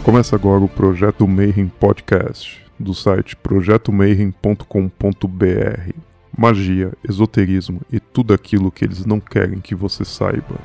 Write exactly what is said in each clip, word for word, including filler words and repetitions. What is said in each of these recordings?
Começa agora o Projeto Mayhem Podcast, do site projeto mayhem ponto com ponto b r. Magia, esoterismo e tudo aquilo que eles não querem que você saiba.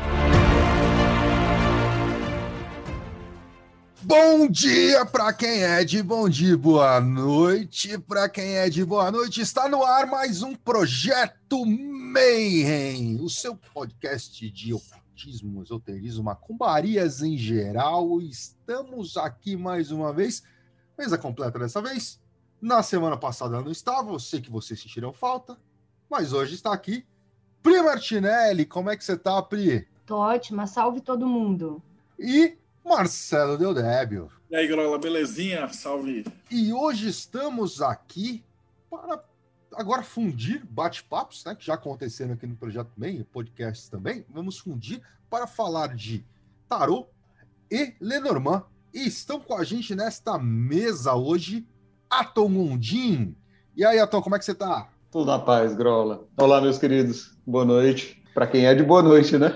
Bom dia para quem é de bom dia, boa noite para quem é de boa noite. Está no ar mais um Projeto Mayhem, o seu podcast de ocultismo, esoterismo, macumbarias em geral. Estamos aqui mais uma vez, mesa completa dessa vez. Na semana passada não estava, eu sei que vocês sentiram falta, mas hoje está aqui Pri Martinelli. Como é que você tá, Pri? Tô ótima, salve todo mundo. E Marcelo Deodébio. E aí, Grola, belezinha? Salve! E hoje estamos aqui para agora fundir bate-papos, né, que já aconteceram aqui no Projeto Mayhem, podcasts também. Vamos fundir para falar de tarô e Lenormand. E estão com a gente nesta mesa hoje, Atom Mundim. E aí, Atom, como é que você tá? Tudo na paz, Grola. Olá, meus queridos. Boa noite. Para quem é de boa noite, né?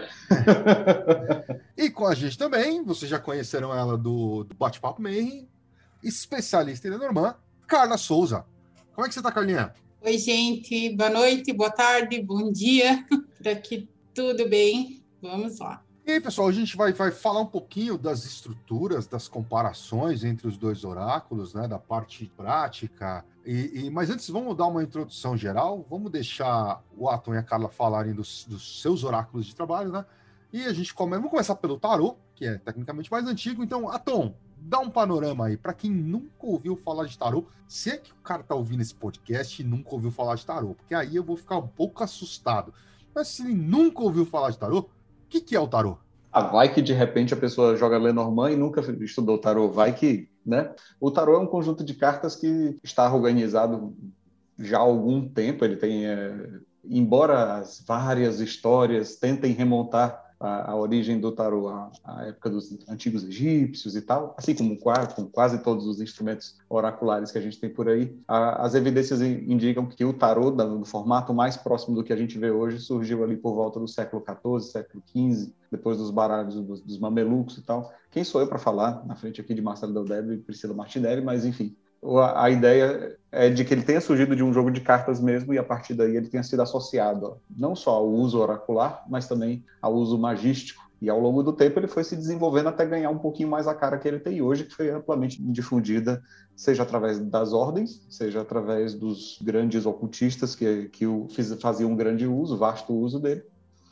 E com a gente também, vocês já conheceram ela do, do Bate-Papo Mayhem, especialista em Lenormand, Carla Souza. Como é que você tá, Carlinha? Oi, gente. Boa noite, boa tarde, bom dia. Por aqui tudo bem? Vamos lá. E aí, pessoal, a gente vai, vai falar um pouquinho das estruturas, das comparações entre os dois oráculos, né, da parte prática. E, e, mas antes, vamos dar uma introdução geral, vamos deixar o Atom e a Carla falarem dos, dos seus oráculos de trabalho, né? E a gente come... vamos começar pelo tarô, que é tecnicamente mais antigo. Então, Atom, dá um panorama aí, para quem nunca ouviu falar de tarô, se é que o cara tá ouvindo esse podcast e nunca ouviu falar de tarô, porque aí eu vou ficar um pouco assustado. Mas se ele nunca ouviu falar de tarô, o que, que é o tarô? Ah, vai que de repente a pessoa joga Lenormand e nunca estudou tarô, vai que, né? O tarô é um conjunto de cartas que está organizado já há algum tempo. Ele tem, é... embora as várias histórias tentem remontar a, a origem do tarô à, à época dos antigos egípcios e tal, assim como com quase todos os instrumentos oraculares que a gente tem por aí, a, as evidências indicam que o tarô, no formato mais próximo do que a gente vê hoje, surgiu ali por volta do século quatorze, século quinze, depois dos baralhos dos, dos mamelucos e tal. Quem sou eu para falar na frente aqui de Marcelo Deodébio e Priscila Martinelli, mas enfim. A, a ideia é de que ele tenha surgido de um jogo de cartas mesmo e a partir daí ele tenha sido associado ó, não só ao uso oracular, mas também ao uso magístico. E ao longo do tempo ele foi se desenvolvendo até ganhar um pouquinho mais a cara que ele tem hoje, que foi amplamente difundida, seja através das ordens, seja através dos grandes ocultistas que, que o, faziam um grande uso, vasto uso dele.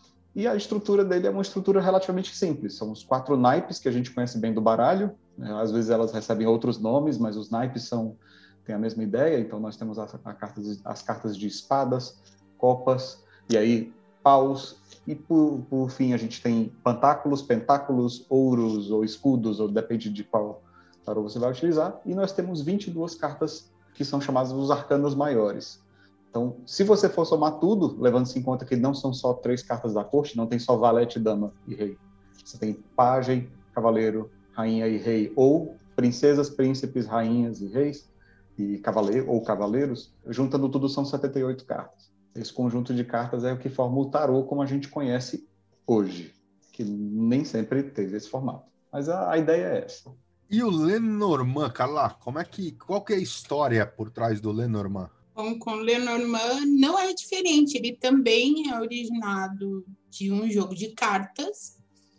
E a estrutura dele é uma estrutura relativamente simples. São os quatro naipes que a gente conhece bem do baralho. Às vezes elas recebem outros nomes, mas os naipes são, têm a mesma ideia. Então nós temos a, a carta de, as cartas de espadas, copas, e aí paus. E por, por fim a gente tem pantáculos, pentáculos, ouros ou escudos, ou depende de qual tarô você vai utilizar. E nós temos vinte e duas cartas que são chamadas os arcanos maiores. Então, se você for somar tudo, levando-se em conta que não são só três cartas da corte, não tem só valete, dama e rei. Você tem pajem, cavaleiro, rainha e rei, ou princesas, príncipes, rainhas e reis, e cavaleiro, ou cavaleiros. Juntando tudo, são setenta e oito cartas. Esse conjunto de cartas é o que forma o tarô como a gente conhece hoje, que nem sempre teve esse formato. Mas a, a ideia é essa. E o Lenormand, Carla, como é que, qual que é a história por trás do Lenormand? Bom, com Lenormand não é diferente, ele também é originado de um jogo de cartas.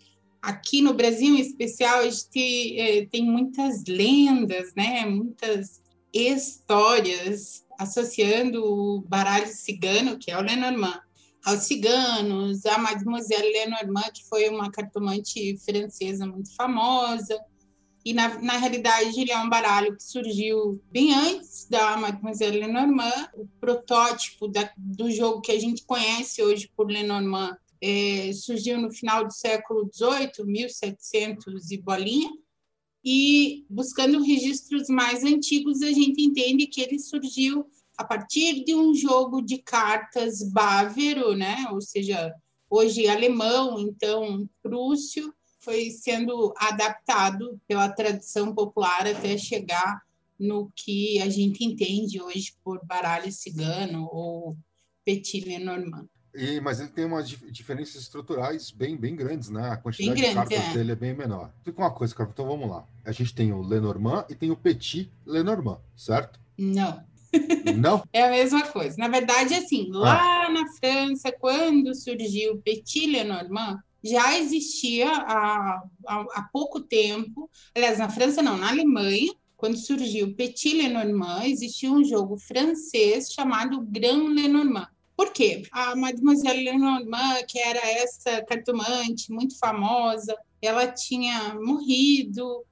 Aqui no Brasil, em especial, a gente é, tem muitas lendas, né? Muitas histórias associando o baralho cigano, que é o Lenormand, aos ciganos, a Mademoiselle Lenormand, que foi uma cartomante francesa muito famosa. E, na, na realidade, ele é um baralho que surgiu bem antes da Mademoiselle Lenormand. O protótipo da, do jogo que a gente conhece hoje por Lenormand é, surgiu no final do século dezoito, mil e setecentos e bolinha. E, buscando registros mais antigos, a gente entende que ele surgiu a partir de um jogo de cartas bávaro, né? Ou seja, hoje alemão, então prússio, foi sendo adaptado pela tradição popular até chegar no que a gente entende hoje por baralho cigano ou Petit Lenormand. E, mas ele tem umas dif- diferenças estruturais bem, bem grandes, né? A quantidade Bem de grande, cartas é. dele é bem menor. Fica uma coisa, cara. Então vamos lá. A gente tem o Lenormand e tem o Petit Lenormand, certo? Não. Não? É a mesma coisa. Na verdade, assim, Ah, lá na França, quando surgiu o Petit Lenormand, já existia há, há, há pouco tempo, aliás, na França não, na Alemanha, quando surgiu o Petit Lenormand, existia um jogo francês chamado Grand Lenormand. Por quê? A Mademoiselle Lenormand, que era essa cartomante muito famosa, ela tinha morrido,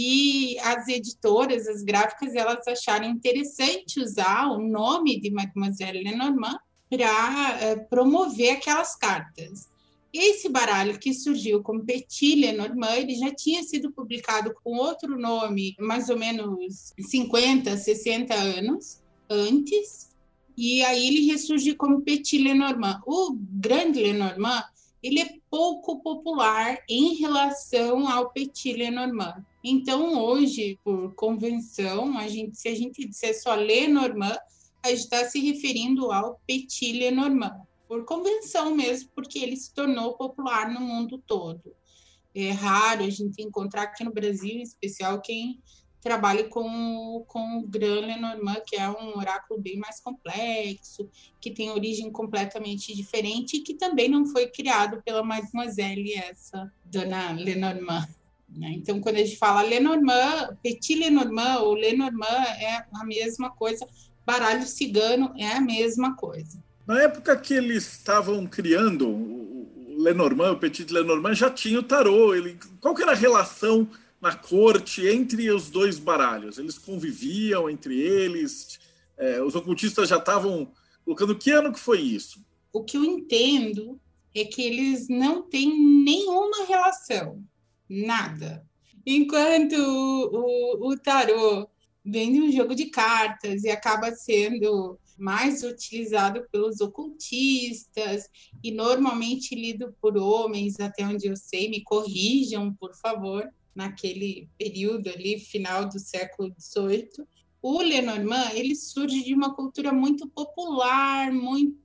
e as editoras, as gráficas, elas acharam interessante usar o nome de Mademoiselle Lenormand para é, promover aquelas cartas. Esse baralho que surgiu como Petit Lenormand, ele já tinha sido publicado com outro nome, mais ou menos cinquenta, sessenta anos antes, e aí ele ressurge como Petit Lenormand. O Grande Lenormand, ele é pouco popular em relação ao Petit Lenormand. Então, hoje, por convenção, a gente, se a gente disser só Lenormand, a gente está se referindo ao Petit Lenormand, por convenção mesmo, porque ele se tornou popular no mundo todo. É raro a gente encontrar aqui no Brasil, em especial, quem trabalhe com, com o Grand Lenormand, que é um oráculo bem mais complexo, que tem origem completamente diferente e que também não foi criado pela Mademoiselle, essa dona Lenormand. Então, quando a gente fala Lenormand, Petit Lenormand ou Lenormand é a mesma coisa, baralho cigano é a mesma coisa. Na época que eles estavam criando o Lenormand, o Petit Lenormand, já tinha o tarô. Ele, qual que era a relação na corte entre os dois baralhos? Eles conviviam entre eles? É, os ocultistas já estavam colocando... Que ano que foi isso? O que eu entendo é que eles não têm nenhuma relação. Nada. Enquanto o, o, o tarô vem de um jogo de cartas e acaba sendo mais utilizado pelos ocultistas e normalmente lido por homens, até onde eu sei, me corrijam, por favor, naquele período ali, final do século dezoito, o Lenormand, ele surge de uma cultura muito popular, muito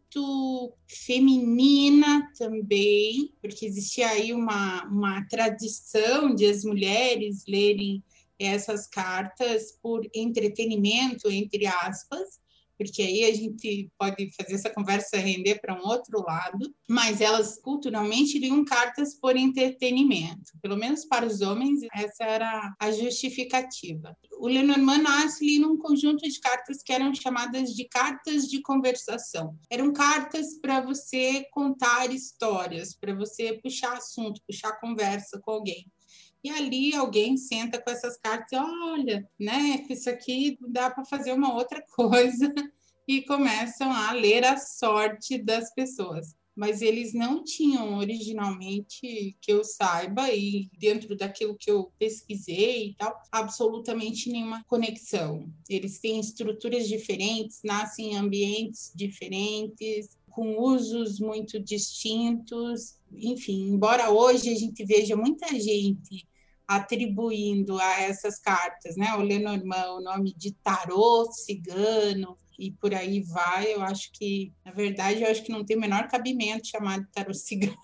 feminina também, porque existia aí uma, uma tradição de as mulheres lerem essas cartas por entretenimento, entre aspas, porque aí a gente pode fazer essa conversa render para um outro lado, mas elas culturalmente liam cartas por entretenimento, pelo menos para os homens, essa era a justificativa. O Lenormand nasce ali num conjunto de cartas que eram chamadas de cartas de conversação. Eram cartas para você contar histórias, para você puxar assunto, puxar conversa com alguém. E ali alguém senta com essas cartas e olha, né, com isso aqui dá para fazer uma outra coisa e começam a ler a sorte das pessoas. Mas eles não tinham originalmente, que eu saiba, e dentro daquilo que eu pesquisei e tal, absolutamente nenhuma conexão. Eles têm estruturas diferentes, nascem em ambientes diferentes, com usos muito distintos. Enfim, embora hoje a gente veja muita gente atribuindo a essas cartas, né, o Lenormand, o nome de tarô cigano, e por aí vai, eu acho que, na verdade, eu acho que não tem o menor cabimento chamar de tarô cigano.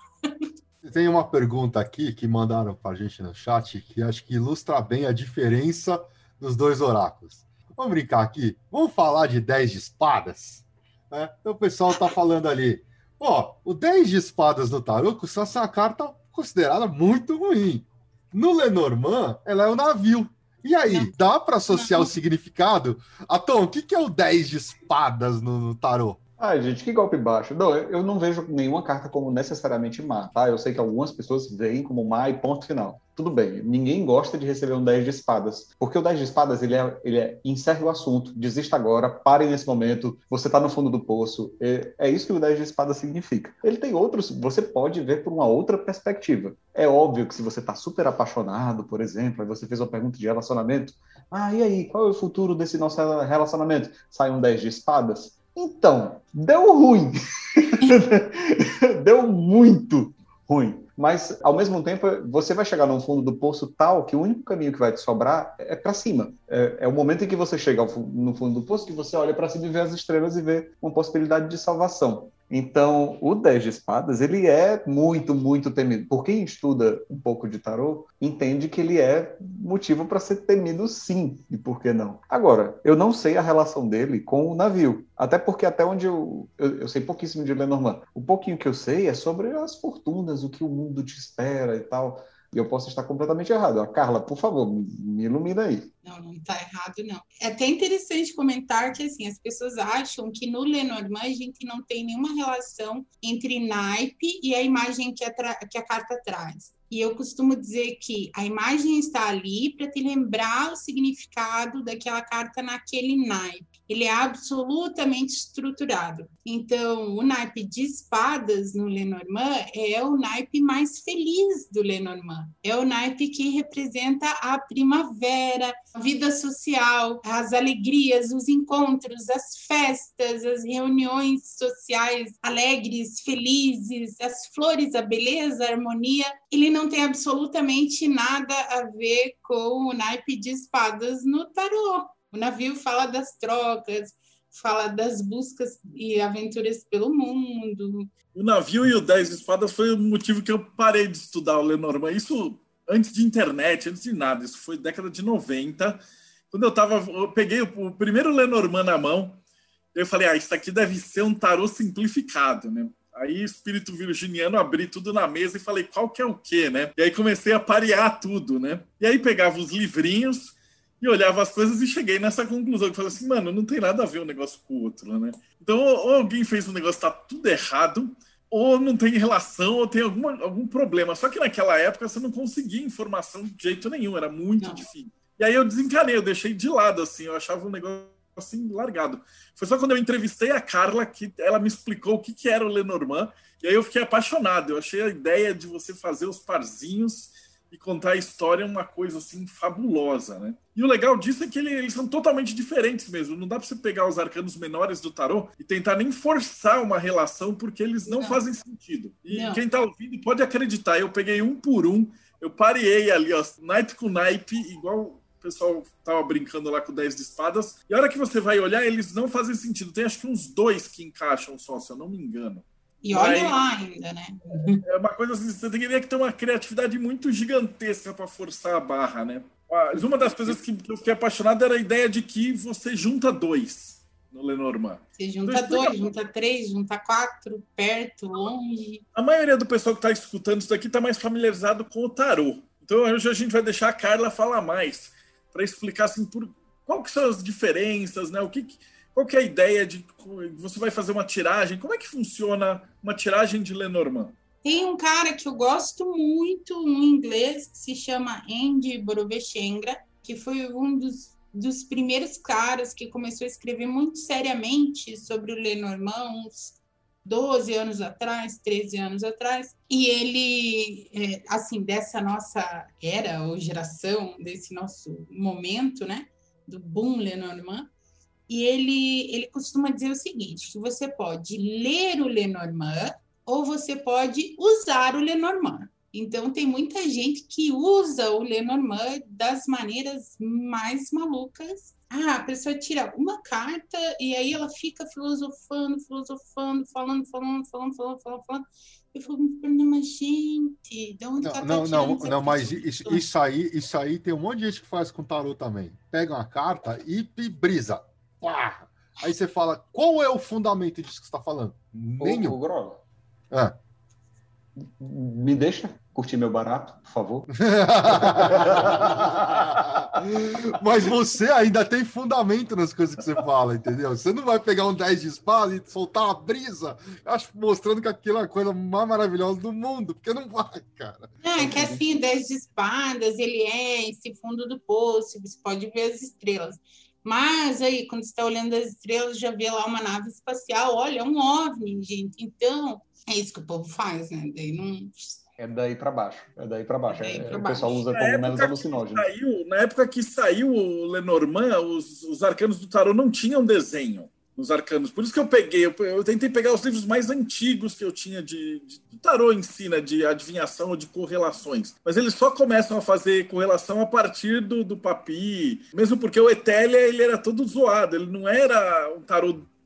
Tem uma pergunta aqui que mandaram para a gente no chat que acho que ilustra bem a diferença dos dois oráculos. Vamos brincar aqui? Vamos falar de dez de espadas? É, então o pessoal está falando ali, ó, o dez de espadas no tarô costuma ser uma carta considerada muito ruim. No Lenormand, ela é o navio. E aí, não. Dá para associar não. o significado? Atom, o que, que é o dez de espadas no, no tarô? Ai, gente, que golpe baixo. Não, eu não vejo nenhuma carta como necessariamente má, tá? Eu sei que algumas pessoas veem como má e ponto final. Tudo bem, ninguém gosta de receber um dez de espadas, porque o dez de espadas, ele é, ele é encerra o assunto, desista agora, pare nesse momento, você está no fundo do poço. É, é isso que o dez de espadas significa. Ele tem outros, você pode ver por uma outra perspectiva. É óbvio que se você está super apaixonado, por exemplo, aí você fez uma pergunta de relacionamento, ah, e aí, qual é o futuro desse nosso relacionamento? Sai um dez de espadas? Então, deu ruim. Deu muito ruim. Mas, ao mesmo tempo, você vai chegar no fundo do poço tal que o único caminho que vai te sobrar é para cima. É, é o momento em que você chega no fundo do poço que você olha para cima e vê as estrelas e vê uma possibilidade de salvação. Então, o dez de espadas, ele é muito, muito temido. Por quem estuda um pouco de tarô, entende que ele é motivo para ser temido sim, e por que não? Agora, eu não sei a relação dele com o navio, até porque até onde eu, eu, eu sei pouquíssimo de Lenormand. O pouquinho que eu sei é sobre as fortunas, o que o mundo te espera e tal. E eu posso estar completamente errado. A Carla, por favor, me, me ilumina aí. Não, não está errado, não. É até interessante comentar que assim, as pessoas acham que no Lenormand a gente não tem nenhuma relação entre naipe e a imagem que a, que a carta traz. E eu costumo dizer que a imagem está ali para te lembrar o significado daquela carta naquele naipe. Ele é absolutamente estruturado. Então, o naipe de espadas no Lenormand é o naipe mais feliz do Lenormand. É o naipe que representa a primavera, a vida social, as alegrias, os encontros, as festas, as reuniões sociais alegres, felizes, as flores, a beleza, a harmonia. Ele não tem absolutamente nada a ver com o naipe de espadas no tarô. O navio fala das trocas, fala das buscas e aventuras pelo mundo. O navio e o dez de espadas foi o motivo que eu parei de estudar o Lenormand. Isso antes de internet, antes de nada. Isso foi década de noventa. Quando eu tava, eu peguei o primeiro Lenormand na mão, eu falei, ah, isso aqui deve ser um tarô simplificado, né? Aí, espírito virginiano, abri tudo na mesa e falei, qual que é o quê, né? E aí comecei a parear tudo, né? E aí pegava os livrinhos e olhava as coisas e cheguei nessa conclusão. Que falei assim, mano, não tem nada a ver um negócio com o outro, né? Então, ou alguém fez um negócio que tá tudo errado, ou não tem relação, ou tem alguma, algum problema. Só que naquela época você não conseguia informação de jeito nenhum, era muito não. difícil. E aí eu desencanei, eu deixei de lado, assim, eu achava um negócio assim, largado. Foi só quando eu entrevistei a Carla que ela me explicou o que, que era o Lenormand, e aí eu fiquei apaixonado. Eu achei a ideia de você fazer os parzinhos e contar a história uma coisa assim fabulosa, né? E o legal disso é que ele, eles são totalmente diferentes mesmo. Não dá para você pegar os arcanos menores do tarô e tentar nem forçar uma relação, porque eles não, não. fazem sentido. E não. Quem tá ouvindo pode acreditar. Eu peguei um por um, eu pareei ali, ó, naipe com naipe, igual o pessoal tava brincando lá com dez de espadas. E a hora que você vai olhar, eles não fazem sentido. Tem acho que uns dois que encaixam só, se eu não me engano. E olha Mas, lá ainda, né? É uma coisa assim, você teria que ter uma criatividade muito gigantesca para forçar a barra, né? Mas uma das coisas que, que eu fiquei apaixonado era a ideia de que você junta dois no Lenormand. Você junta então, dois, junta três, junta quatro, perto, longe. A maioria do pessoal que está escutando isso daqui está mais familiarizado com o tarô. Então hoje a gente vai deixar a Carla falar mais, para explicar assim, por, qual que são as diferenças, né? O que, qual que é a ideia de você vai fazer uma tiragem? Como é que funciona uma tiragem de Lenormand? Tem um cara que eu gosto muito, um inglês, que se chama Andy Boroveshengra, que foi um dos, dos primeiros caras que começou a escrever muito seriamente sobre o Lenormand, uns doze anos atrás, treze anos atrás. E ele, é, assim, dessa nossa era ou geração, desse nosso momento, né, do boom Lenormand, e ele, ele costuma dizer o seguinte, que você pode ler o Lenormand ou você pode usar o Lenormand. Então, tem muita gente que usa o Lenormand das maneiras mais malucas. Ah, a pessoa tira uma carta e aí ela fica filosofando, filosofando, falando, falando, falando, falando, falando, falando. Eu falo, mas gente, de onde não, ela tá não, tirando não, essa não, mas isso, isso, aí, isso aí tem um monte de gente que faz com tarô também. Pega uma carta e, e brisa. Pá! Aí você fala, qual é o fundamento disso que você está falando? Nenhum. Ô, ô, Grola, ah. me deixa curtir meu barato, por favor. Mas você ainda tem fundamento nas coisas que você fala, entendeu? Você não vai pegar um dez de espada e soltar uma brisa, eu acho, mostrando que aquilo é a coisa mais maravilhosa do mundo, porque não vai, cara. Não, é que assim, o dez de espadas, ele é esse fundo do poço, você pode ver as estrelas. Mas aí, quando você está olhando as estrelas, já vê lá uma nave espacial, olha, é um OVNI, gente. Então, é isso que o povo faz, né? Daí não... É daí para baixo, é daí para baixo. É daí pra é, baixo. O pessoal usa como menos alucinógeno. Saiu, na época que saiu o Lenormand, os, os arcanos do tarô não tinham desenho nos arcanos. Por isso que eu peguei, eu, eu tentei pegar os livros mais antigos que eu tinha de, de, de tarô em si, né, de adivinhação ou de correlações. Mas eles só começam a fazer correlação a partir do, do Papi, mesmo porque o Etélia, ele era todo zoado, ele não era um tarô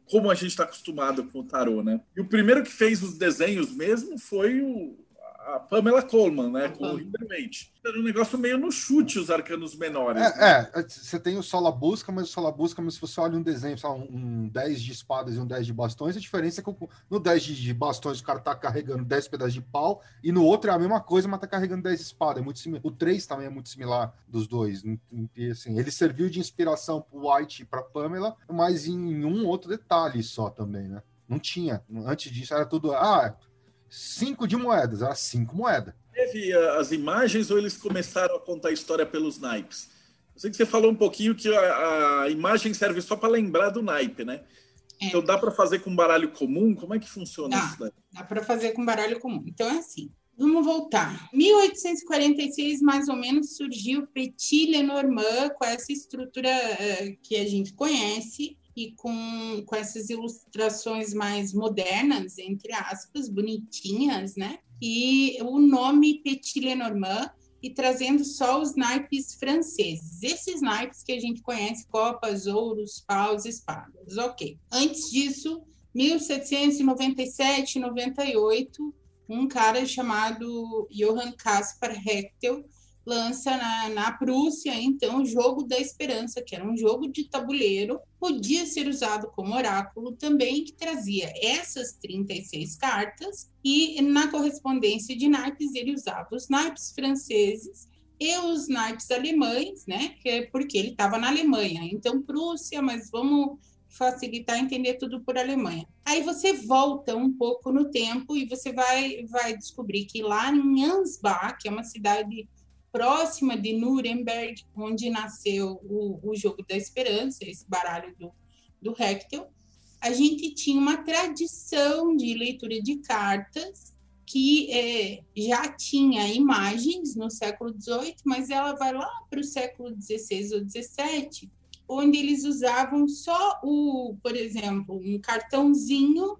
como a gente está acostumado com o tarô, né? E o primeiro que fez os desenhos mesmo foi o, a Pamela Coleman, né? Com o Rivermate. Era um negócio meio no chute, os arcanos menores. É, né? é, você tem o Solabusca, mas o Solabusca, mas se você olha um desenho, sabe, um, um dez de espadas e um dez de bastões, a diferença é que no dez de bastões o cara tá carregando dez pedaços de pau, e no outro é a mesma coisa, mas tá carregando dez espadas. É muito similar. O três também é muito similar dos dois. E, assim, ele serviu de inspiração pro White e pra Pamela, mas em um outro detalhe só também, né? Não tinha. Antes disso era tudo... Ah, cinco de moedas. Era cinco moedas. Teve as imagens ou eles começaram a contar a história pelos naipes? Eu sei que você falou um pouquinho que a, a imagem serve só para lembrar do naipe, né? É. Então dá para fazer com baralho comum? Como é que funciona dá, isso daí? Dá para fazer com baralho comum. Então é assim, vamos voltar. mil oitocentos e quarenta e seis, mais ou menos, surgiu Petit Lenormand com essa estrutura uh, que a gente conhece e com, com essas ilustrações mais modernas, entre aspas, bonitinhas, né? E o nome Petit Lenormand, e trazendo só os naipes franceses. Esses naipes que a gente conhece, copas, ouros, paus, espadas. Ok. Antes disso, mil setecentos e noventa e sete, noventa e oito, um cara chamado Johann Caspar Hechtel lança na, na Prússia, então, o Jogo da Esperança, que era um jogo de tabuleiro, podia ser usado como oráculo também, que trazia essas trinta e seis cartas, e na correspondência de naipes ele usava os naipes franceses e os naipes alemães, né? Que é porque ele estava na Alemanha, então Prússia, mas vamos facilitar entender tudo por Alemanha. Aí você volta um pouco no tempo e você vai, vai descobrir que lá em Ansbach, que é uma cidade próxima de Nuremberg, onde nasceu o, o Jogo da Esperança, esse baralho do, do Hechtel, a gente tinha uma tradição de leitura de cartas que é, já tinha imagens no século dezoito, mas ela vai lá para o século dezesseis ou dezessete, onde eles usavam só o, por exemplo, um cartãozinho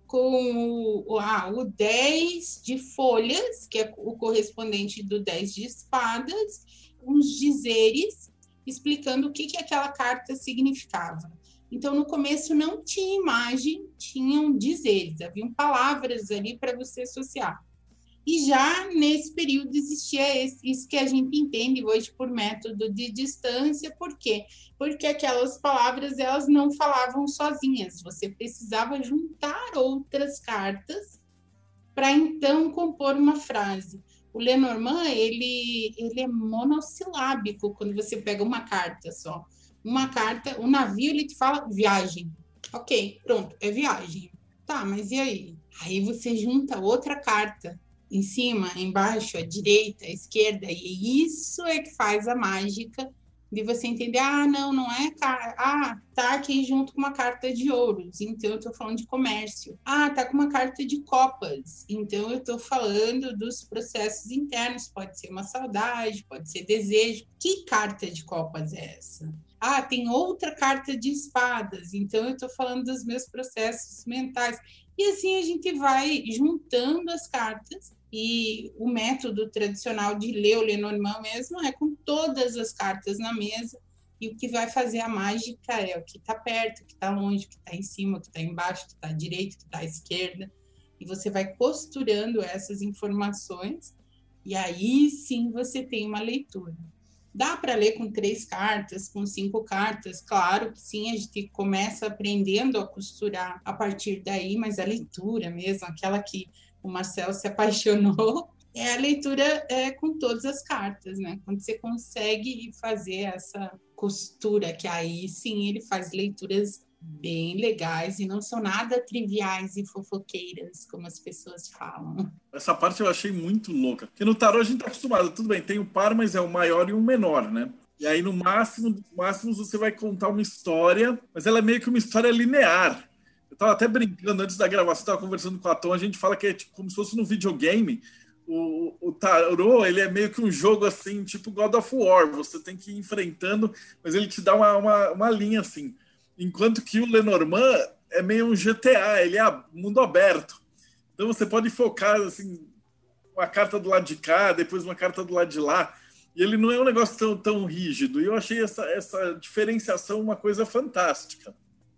com o, ah, o dez de folhas, que é o correspondente do dez de espadas, uns dizeres explicando o que, que aquela carta significava. Então, no começo não tinha imagem, tinham dizeres, haviam palavras ali para você associar. E já nesse período existia esse, isso que a gente entende hoje por método de distância. Por quê? Porque aquelas palavras elas não falavam sozinhas. Você precisava juntar outras cartas para então compor uma frase. O Lenormand, ele, ele é monossilábico quando você pega uma carta só. Uma carta, o navio, ele te fala viagem. Ok, pronto, é viagem. Tá, mas e aí? Aí você junta outra carta. Em cima, embaixo, à direita, à esquerda, e isso é que faz a mágica de você entender, ah, não, não é, car- ah, tá aqui junto com uma carta de ouros, então eu tô falando de comércio. Ah, tá com uma carta de copas, então eu tô falando dos processos internos, pode ser uma saudade, pode ser desejo. Que carta de copas é essa? Ah, tem outra carta de espadas, então eu tô falando dos meus processos mentais. E assim a gente vai juntando as cartas. E o método tradicional de ler o Lenormand mesmo é com todas as cartas na mesa, e o que vai fazer a mágica é o que está perto, o que está longe, o que está em cima, o que está embaixo, o que está à direita, o que está à esquerda, e você vai costurando essas informações, e aí sim você tem uma leitura. Dá para ler com três cartas, com cinco cartas? Claro que sim, a gente começa aprendendo a costurar a partir daí, mas a leitura mesmo, aquela que o Marcel se apaixonou, é a leitura é, com todas as cartas, né? Quando você consegue fazer essa costura, que aí sim ele faz leituras bem legais e não são nada triviais e fofoqueiras, como as pessoas falam. Essa parte eu achei muito louca. Porque no tarô a gente tá acostumado, tudo bem, tem o par, mas é o maior e o menor, né? E aí no máximo, no máximo você vai contar uma história, mas ela é meio que uma história linear. Eu estava até brincando antes da gravação, estava conversando com a Tom, a gente fala que é tipo, como se fosse no videogame. O, o tarô, ele é meio que um jogo assim, tipo God of War, você tem que ir enfrentando, mas ele te dá uma, uma, uma linha assim. Enquanto que o Lenormand é meio um G T A, ele é mundo aberto. Então você pode focar assim, uma carta do lado de cá, depois uma carta do lado de lá, e ele não é um negócio tão, tão rígido. E eu achei essa, essa diferenciação uma coisa fantástica.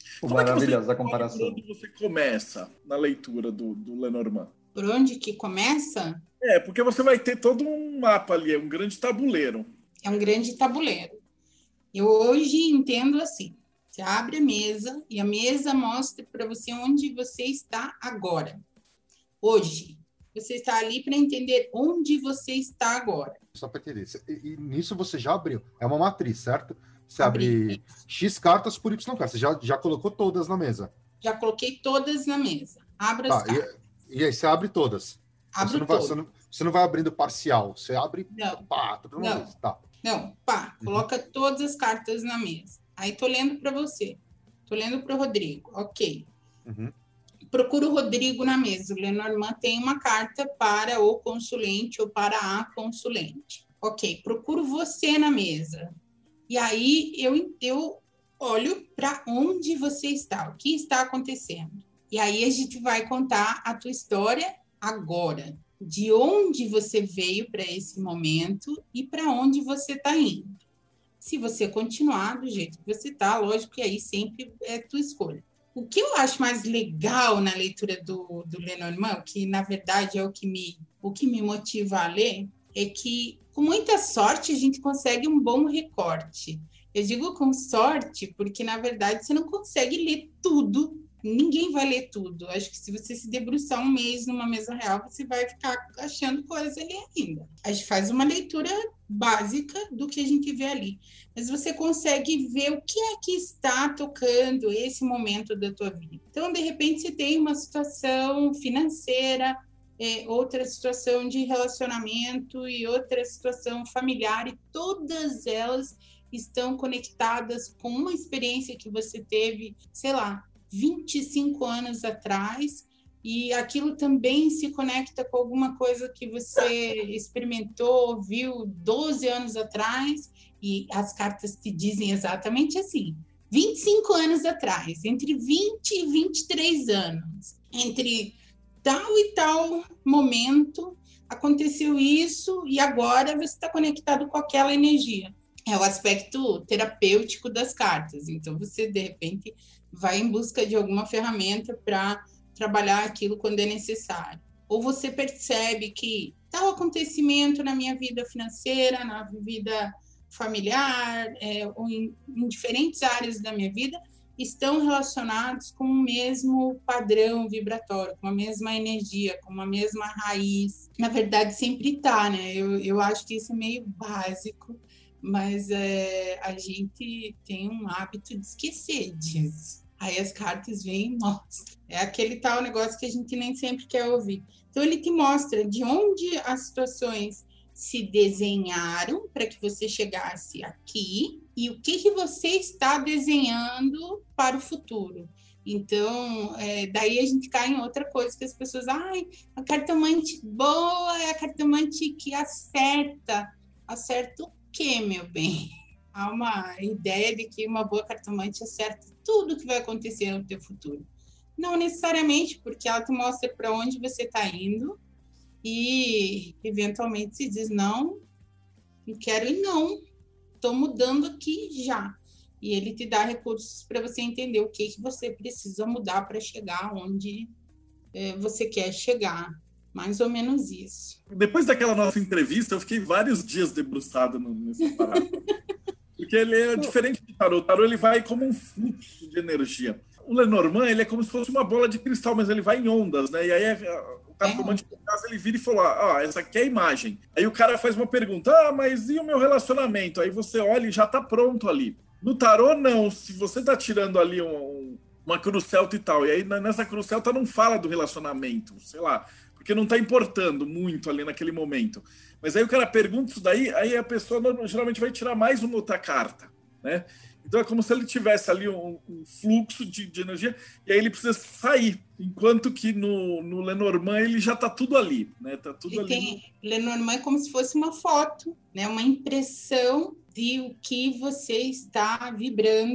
Como maravilhosa a comparação. Por onde você começa na leitura do, do Lenormand? Por onde que começa? É, porque você vai ter todo um mapa ali, um grande tabuleiro. É um grande tabuleiro. Eu hoje entendo assim, você abre a mesa e a mesa mostra para você onde você está agora. Hoje, você está ali para entender onde você está agora. Só para entender, e, e nisso você já abriu, é uma matriz, certo? Você Abri. abre X cartas por Y cartas, você já, já colocou todas na mesa. Já coloquei todas na mesa. Abra Tá, as cartas. E, e aí você abre todas. Abro você, não vai, todas. você, não, você não vai abrindo parcial, você abre... Não. Pá, tudo uma Não. vez. Tá. Não, pá, Uhum. coloca todas as cartas na mesa. Aí tô lendo para você. Tô lendo para o Rodrigo. Ok. Uhum. Procura o Rodrigo na mesa. O Lenormand tem uma carta para o consulente ou para a consulente. Ok. Procuro você na mesa. E aí eu, eu olho para onde você está. O que está acontecendo? E aí a gente vai contar a tua história agora. De onde você veio para esse momento e para onde você está indo. Se você continuar do jeito que você está, lógico que aí sempre é tua escolha. O que eu acho mais legal na leitura do, do Lenormand, que na verdade é o que, me, o que me motiva a ler, é que com muita sorte a gente consegue um bom recorte. Eu digo com sorte porque na verdade você não consegue ler tudo. Ninguém vai ler tudo. Acho que se você se debruçar um mês numa mesa real, você vai ficar achando coisas ali ainda. A gente faz uma leitura básica do que a gente vê ali. Mas você consegue ver o que é que está tocando esse momento da tua vida. Então, de repente, você tem uma situação financeira, é, outra situação de relacionamento e outra situação familiar, e todas elas estão conectadas com uma experiência que você teve, sei lá, vinte e cinco anos atrás, e aquilo também se conecta com alguma coisa que você experimentou, viu doze anos atrás, e as cartas te dizem exatamente assim, vinte e cinco anos atrás, entre vinte e vinte e três anos, entre tal e tal momento, aconteceu isso, e agora você está conectado com aquela energia. É o aspecto terapêutico das cartas, então você, de repente, vai em busca de alguma ferramenta para trabalhar aquilo quando é necessário. Ou você percebe que tal acontecimento na minha vida financeira, na vida familiar, é, ou em, em diferentes áreas da minha vida, estão relacionados com o mesmo padrão vibratório, com a mesma energia, com a mesma raiz. Na verdade, sempre está, né? Eu, eu acho que isso é meio básico, mas é, a gente tem um hábito de esquecer disso. Aí as cartas vêm e mostram. É aquele tal negócio que a gente nem sempre quer ouvir. Então, ele te mostra de onde as situações se desenharam para que você chegasse aqui e o que, que você está desenhando para o futuro. Então, é, daí a gente cai em outra coisa que as pessoas... Ai, a cartomante boa é a cartomante que acerta. Acerta o quê, meu bem? Há uma ideia de que uma boa cartomante acerta tudo que vai acontecer no teu futuro. Não necessariamente, porque ela te mostra para onde você está indo e, eventualmente, se diz, não, não quero ir não, estou mudando aqui já. E ele te dá recursos para você entender o que, que você precisa mudar para chegar onde é, você quer chegar. Mais ou menos isso. Depois daquela nossa entrevista, eu fiquei vários dias debruçado nessa parada. Porque ele é diferente do tarô. O tarô ele vai como um fluxo de energia. O Lenormand ele é como se fosse uma bola de cristal, mas ele vai em ondas, né? E aí o cartomante, no caso, ele vira e falou: ah, essa aqui é a imagem. Aí o cara faz uma pergunta: ah, mas e o meu relacionamento? Aí você olha e já tá pronto ali. No tarô, não. Se você tá tirando ali um, uma cruz celta e tal, e aí nessa cruz celta não fala do relacionamento, sei lá, porque não tá importando muito ali naquele momento. Mas aí o cara pergunta isso daí, aí a pessoa geralmente vai tirar mais uma outra carta, né? Então é como se ele tivesse ali um, um fluxo de, de energia e aí ele precisa sair, enquanto que no, no Lenormand ele já tá tudo ali, né? Tá tudo ele ali. Tem, no... Lenormand é como se fosse uma foto, né? Uma impressão de o que você está vibrando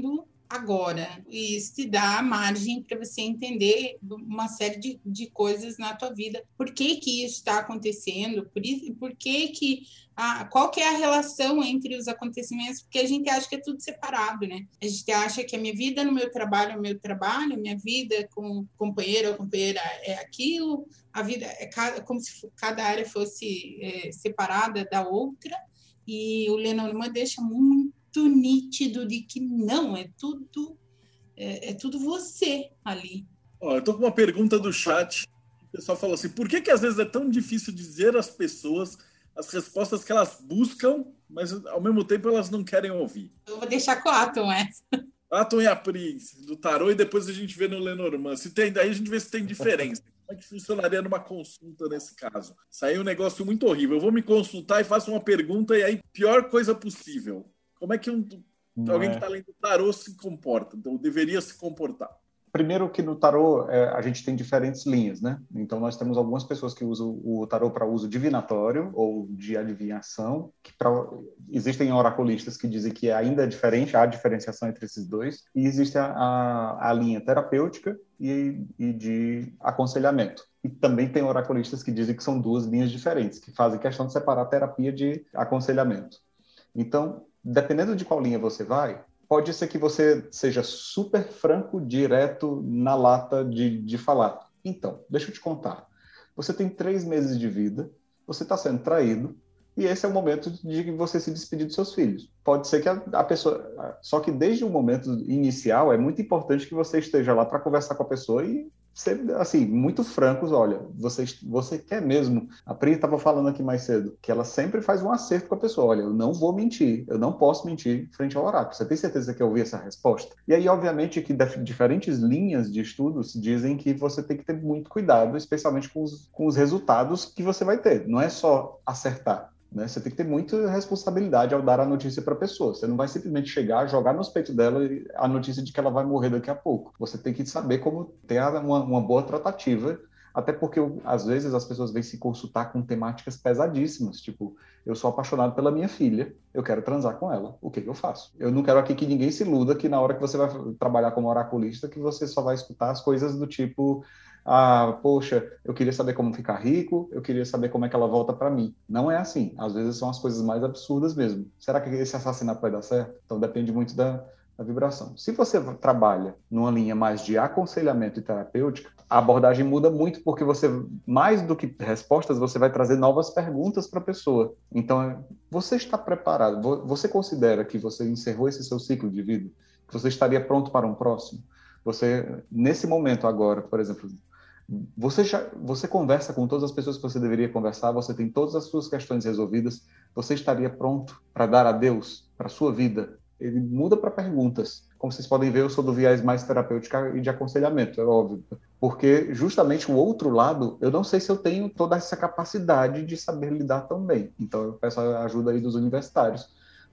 agora. E isso te dá margem para você entender uma série de, de coisas na tua vida. Por que que isso está acontecendo? Por, isso, por que que... Ah, qual que é a relação entre os acontecimentos? Porque a gente acha que é tudo separado, né? A gente acha que a minha vida no meu trabalho é o meu trabalho, a minha vida com companheiro ou companheira é aquilo, a vida é cada, como se cada área fosse é, separada da outra, e o Lenormand deixa muito nítido de que não, é tudo é, é tudo você ali. Ó, eu tô com uma pergunta do chat. O pessoal falou assim: por que que às vezes é tão difícil dizer às pessoas as respostas que elas buscam, mas ao mesmo tempo elas não querem ouvir? Eu vou deixar com a Atom essa. Atom e a Pris, do tarô, e depois a gente vê no Lenormand. Se tem, daí a gente vê se tem diferença. Como é que funcionaria numa consulta nesse caso? Saiu um negócio muito horrível. Eu vou me consultar e faço uma pergunta, e aí, pior coisa possível. Como é que um, alguém é. que está lendo tarô se comporta? Então, deveria se comportar. Primeiro que no tarô é, a gente tem diferentes linhas, né? Então nós temos algumas pessoas que usam o tarô para uso divinatório ou de adivinhação, que pra, existem oraculistas que dizem que ainda é diferente, há diferenciação entre esses dois, e existe a, a, a linha terapêutica e, e de aconselhamento. E também tem oraculistas que dizem que são duas linhas diferentes, que fazem questão de separar a terapia de aconselhamento. Então, dependendo de qual linha você vai, pode ser que você seja super franco, direto, na lata de, de falar. Então, deixa eu te contar. Você tem três meses de vida, você está sendo traído, e esse é o momento de você se despedir dos seus filhos. Pode ser que a, a pessoa... Só que desde o momento inicial, é muito importante que você esteja lá para conversar com a pessoa e ser, assim, muito francos. Olha, você, você quer mesmo... A Pri estava falando aqui mais cedo, que ela sempre faz um acerto com a pessoa. Olha, eu não vou mentir, eu não posso mentir frente ao oráculo. Você tem certeza que eu ouvi essa resposta? E aí, obviamente, que diferentes linhas de estudos dizem que você tem que ter muito cuidado, especialmente com os, com os resultados que você vai ter. Não é só acertar. Né? Você tem que ter muita responsabilidade ao dar a notícia para a pessoa. Você não vai simplesmente chegar, jogar nos peitos dela a notícia de que ela vai morrer daqui a pouco. Você tem que saber como ter uma, uma boa tratativa, até porque às vezes as pessoas vêm se consultar com temáticas pesadíssimas, tipo, eu sou apaixonado pela minha filha, eu quero transar com ela, o que que eu faço? Eu não quero aqui que ninguém se iluda que na hora que você vai trabalhar como oraculista, que você só vai escutar as coisas do tipo... Ah, poxa, eu queria saber como ficar rico, eu queria saber como é que ela volta para mim. Não é assim. Às vezes são as coisas mais absurdas mesmo. Será que esse assassinato vai dar certo? Então depende muito da, da vibração. Se você trabalha numa linha mais de aconselhamento e terapêutica, a abordagem muda muito, porque você, mais do que respostas, você vai trazer novas perguntas para a pessoa. Então, você está preparado? Você considera que você encerrou esse seu ciclo de vida? Que você estaria pronto para um próximo? Você, nesse momento agora, por exemplo... Você, já, você conversa com todas as pessoas que você deveria conversar, você tem todas as suas questões resolvidas, você estaria pronto para dar adeus para a sua vida? Ele muda para perguntas. Como vocês podem ver, eu sou do viés mais terapêutico e de aconselhamento, é óbvio. Porque justamente o outro lado, eu não sei se eu tenho toda essa capacidade de saber lidar tão bem. Então eu peço a ajuda aí dos universitários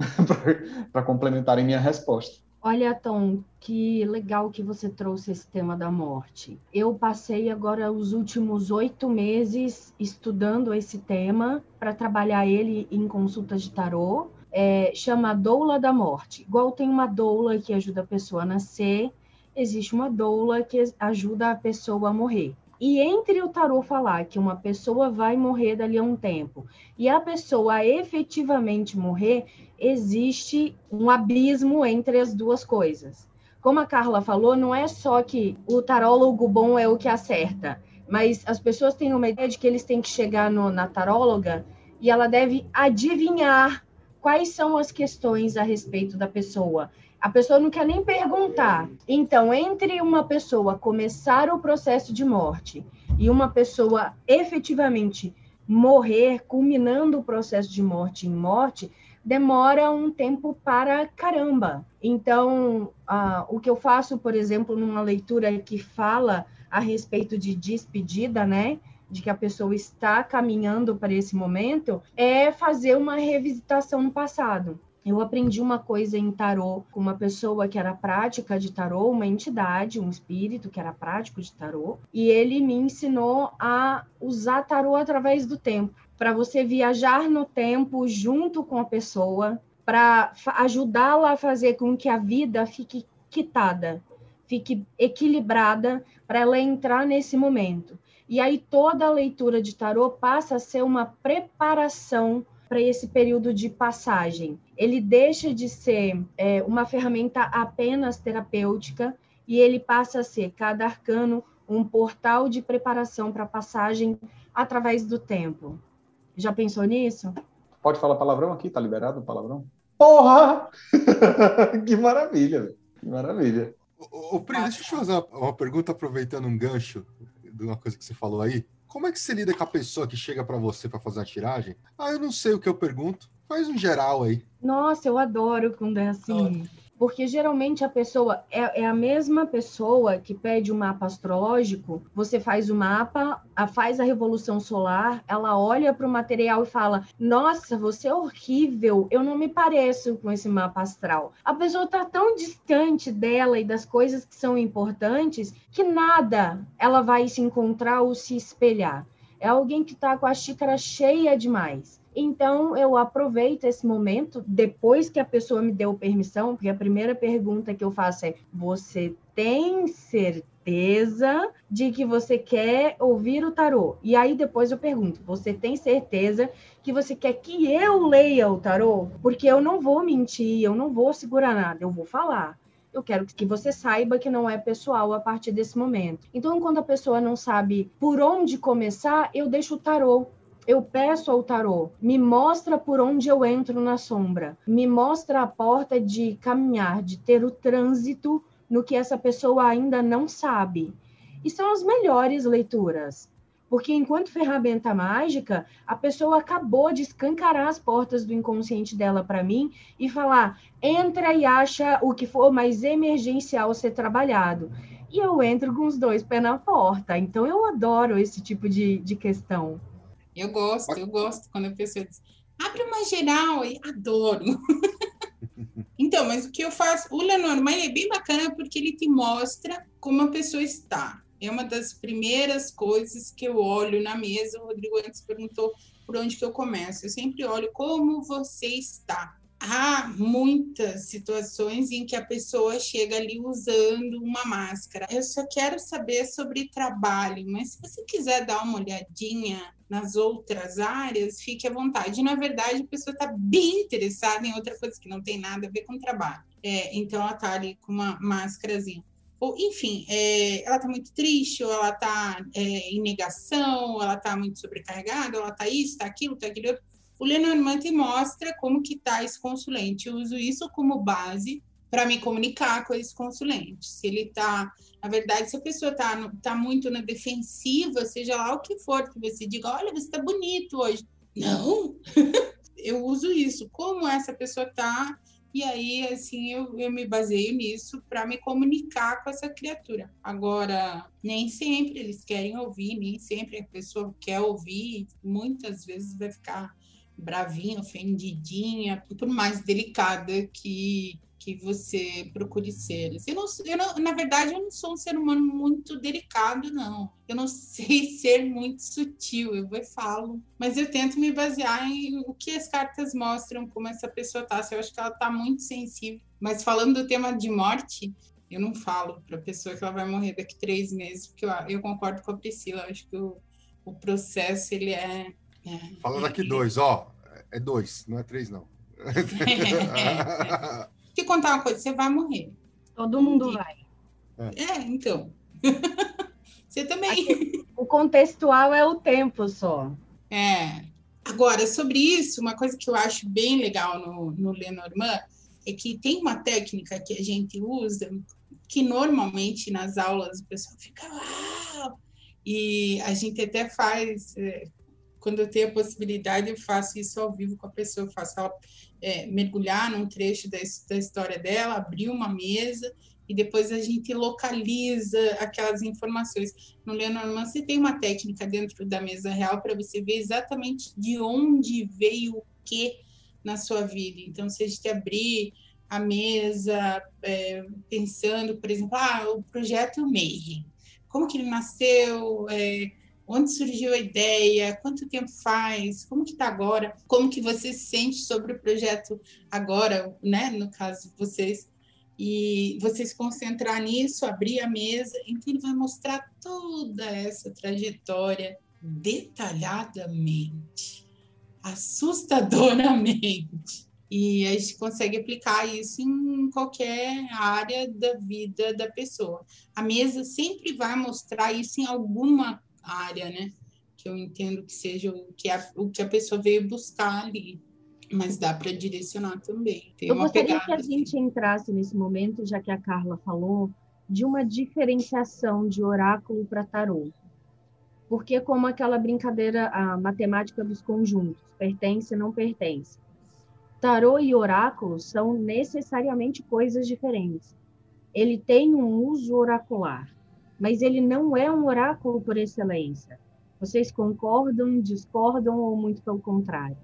para complementarem minha resposta. Olha, Tom, que legal que você trouxe esse tema da morte. Eu passei agora os últimos oito meses estudando esse tema para trabalhar ele em consultas de tarô. É, chama doula da morte. Igual tem uma doula que ajuda a pessoa a nascer, existe uma doula que ajuda a pessoa a morrer. E entre o tarô falar que uma pessoa vai morrer dali a um tempo e a pessoa efetivamente morrer, existe um abismo entre as duas coisas. Como a Carla falou, não é só que o tarólogo bom é o que acerta, mas as pessoas têm uma ideia de que eles têm que chegar no, na taróloga e ela deve adivinhar quais são as questões a respeito da pessoa. A pessoa não quer nem perguntar. Então, entre uma pessoa começar o processo de morte e uma pessoa efetivamente morrer, culminando o processo de morte em morte, demora um tempo para caramba. Então, ah, o que eu faço, por exemplo, numa leitura que fala a respeito de despedida, né? De que a pessoa está caminhando para esse momento, é fazer uma revisitação no passado. Eu aprendi uma coisa em tarô com uma pessoa que era prática de tarô, uma entidade, um espírito que era prático de tarô, e ele me ensinou a usar tarô através do tempo, para você viajar no tempo junto com a pessoa, para ajudá-la a fazer com que a vida fique quitada, fique equilibrada para ela entrar nesse momento. E aí toda a leitura de tarô passa a ser uma preparação para esse período de passagem. Ele deixa de ser é, uma ferramenta apenas terapêutica e ele passa a ser, cada arcano, um portal de preparação para a passagem através do tempo. Já pensou nisso? Pode falar palavrão aqui? Tá liberado o palavrão? Porra! Que maravilha, que maravilha. Ô, Pri, deixa eu te fazer uma, uma pergunta, aproveitando um gancho de uma coisa que você falou aí. Como é que você lida com a pessoa que chega para você para fazer a tiragem? Ah, eu não sei o que eu pergunto. Faz um geral aí. Nossa, eu adoro quando é assim. Porque geralmente a pessoa é, é a mesma pessoa que pede um mapa astrológico, você faz o mapa, a, faz a revolução solar, ela olha para o material e fala: nossa, você é horrível, eu não me pareço com esse mapa astral. A pessoa está tão distante dela e das coisas que são importantes que nada ela vai se encontrar ou se espelhar. É alguém que está com a xícara cheia demais. Então, eu aproveito esse momento, depois que a pessoa me deu permissão, porque a primeira pergunta que eu faço é: você tem certeza de que você quer ouvir o tarô? E aí depois eu pergunto: você tem certeza que você quer que eu leia o tarô? Porque eu não vou mentir, eu não vou segurar nada, eu vou falar. Eu quero que você saiba que não é pessoal a partir desse momento. Então, quando a pessoa não sabe por onde começar, eu deixo o tarô. Eu peço ao tarô, me mostra por onde eu entro na sombra, me mostra a porta de caminhar, de ter o trânsito no que essa pessoa ainda não sabe. E são as melhores leituras, porque enquanto ferramenta mágica, a pessoa acabou de escancarar as portas do inconsciente dela para mim e falar: entra e acha o que for mais emergencial ser trabalhado. E eu entro com os dois pés na porta. Então eu adoro esse tipo de, de questão. Eu gosto, eu gosto quando a pessoa diz: abre uma geral, e adoro. Então, mas o que eu faço? O Lenormand é bem bacana porque ele te mostra como a pessoa está. É uma das primeiras coisas que eu olho na mesa. O Rodrigo antes perguntou por onde que eu começo. Eu sempre olho como você está. Há muitas situações em que a pessoa chega ali usando uma máscara. Eu só quero saber sobre trabalho, mas se você quiser dar uma olhadinha nas outras áreas, fique à vontade. Na verdade, a pessoa está bem interessada em outra coisa que não tem nada a ver com o trabalho. É, então, ela está ali com uma máscarazinha. Ou, enfim, é, ela está muito triste, ou ela está é, em negação, ou ela está muito sobrecarregada, ou ela está isso, está aquilo, está aquilo outro. O Lenormand te mostra como que está esse consulente. Eu uso isso como base para me comunicar com esse consulente. Se ele está, na verdade, se a pessoa está tá muito na defensiva, seja lá o que for, que você diga: olha, você está bonito hoje. Não! Eu uso isso, como essa pessoa está, e aí, assim, eu, eu me baseio nisso para me comunicar com essa criatura. Agora, nem sempre eles querem ouvir, nem sempre a pessoa quer ouvir, muitas vezes vai ficar bravinha, ofendidinha, por mais delicada que, que você procure ser. Eu não, eu não, na verdade, eu não sou um ser humano muito delicado, não. Eu não sei ser muito sutil, eu vou e falo. Mas eu tento me basear em o que as cartas mostram, como essa pessoa tá. Eu acho que ela tá muito sensível. Mas falando do tema de morte, eu não falo para a pessoa que ela vai morrer daqui três meses, porque eu, eu concordo com a Priscila. Eu acho que o, o processo, ele é... É, Fala daqui é, dois, ó. É dois, não é três, não. É, é. Te contar uma coisa, você vai morrer. Todo mundo vai. É, então. Você também. Aqui, o contextual é o tempo só. É. Agora, sobre isso, uma coisa que eu acho bem legal no, no Lenormand é que tem uma técnica que a gente usa, que normalmente nas aulas o pessoal fica... Uau! E a gente até faz... É, quando eu tenho a possibilidade, eu faço isso ao vivo com a pessoa, eu faço ela é, mergulhar num trecho da, da história dela, abrir uma mesa e depois a gente localiza aquelas informações. No Lenormand, você tem uma técnica dentro da mesa real para você ver exatamente de onde veio o que na sua vida. Então, se a gente abrir a mesa é, pensando, por exemplo, ah, o projeto Mayhem, como que ele nasceu, é, onde surgiu a ideia, quanto tempo faz, como que está agora, como que você se sente sobre o projeto agora, né? No caso, vocês, e você se concentrar nisso, abrir a mesa, então ele vai mostrar toda essa trajetória detalhadamente, assustadoramente. E a gente consegue aplicar isso em qualquer área da vida da pessoa. A mesa sempre vai mostrar isso em alguma área, né? Que eu entendo que seja o que a, o que a pessoa veio buscar ali. Mas dá para direcionar também. Tem eu uma gostaria pegada, que a assim. gente entrasse nesse momento, já que a Carla falou, de uma diferenciação de oráculo para tarô. Porque como aquela brincadeira, a matemática dos conjuntos, pertence, não pertence. Tarô e oráculo são necessariamente coisas diferentes. Ele tem um uso oracular, mas ele não é um oráculo por excelência. Vocês concordam, discordam ou muito pelo contrário?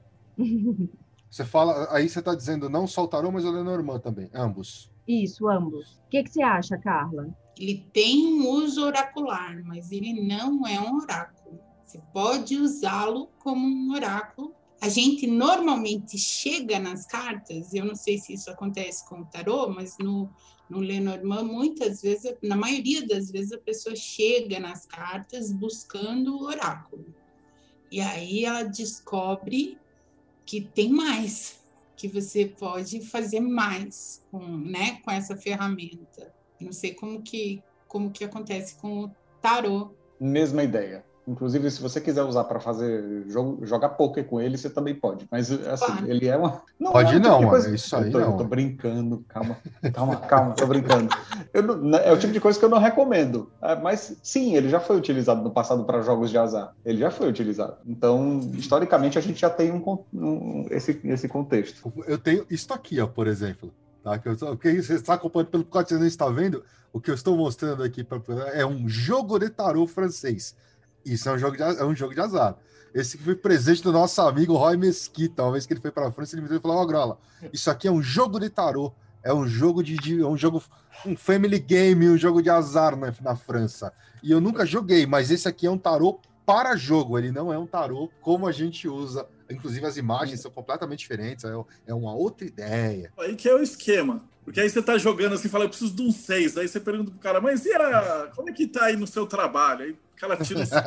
Você fala, aí você está dizendo não só o tarô, mas o Lenormand também, ambos. Isso, ambos. O que, que você acha, Carla? Ele tem um uso oracular, mas ele não é um oráculo. Você pode usá-lo como um oráculo. A gente normalmente chega nas cartas, eu não sei se isso acontece com o tarô, mas no, no Lenormand, muitas vezes, na maioria das vezes, a pessoa chega nas cartas buscando o oráculo. E aí ela descobre que tem mais, que você pode fazer mais com, né, com essa ferramenta. Não sei como que, como que acontece com o tarô. Mesma ideia. Inclusive, se você quiser usar para fazer jogo, jogar poker com ele, você também pode. Mas, assim, Claro. ele é uma... Não, pode é não, tipo mano. Coisa... Isso aí eu tô, não. Eu tô brincando. Calma, calma, calma. Tô brincando. Eu não... É o tipo de coisa que eu não recomendo. Mas, sim, ele já foi utilizado no passado para jogos de azar. Ele já foi utilizado. Então, historicamente, a gente já tem um, um, esse, esse contexto. Eu tenho isso aqui, ó, por exemplo. Tá? Que eu, que você está acompanhando pelo que você não está vendo, o que eu estou mostrando aqui pra, é um jogo de tarô francês. Isso é um jogo de, é um jogo de azar. Esse que foi presente do nosso amigo Roy Mesquita. Uma vez que ele foi para a França, ele me deu e falou: ó, oh, Grola, isso aqui é um jogo de tarô. É um jogo de, de. É um jogo. Um family game, um jogo de azar na, na França. E eu nunca joguei, mas esse aqui é um tarô para jogo. Ele não é um tarô como a gente usa. Inclusive, as imagens são completamente diferentes. É, é uma outra ideia. Aí que é o esquema. Porque aí você tá jogando assim, fala, eu preciso de um seis. Aí você pergunta pro cara, mas e a... como é que tá aí no seu trabalho? Aí o cara tira o seis.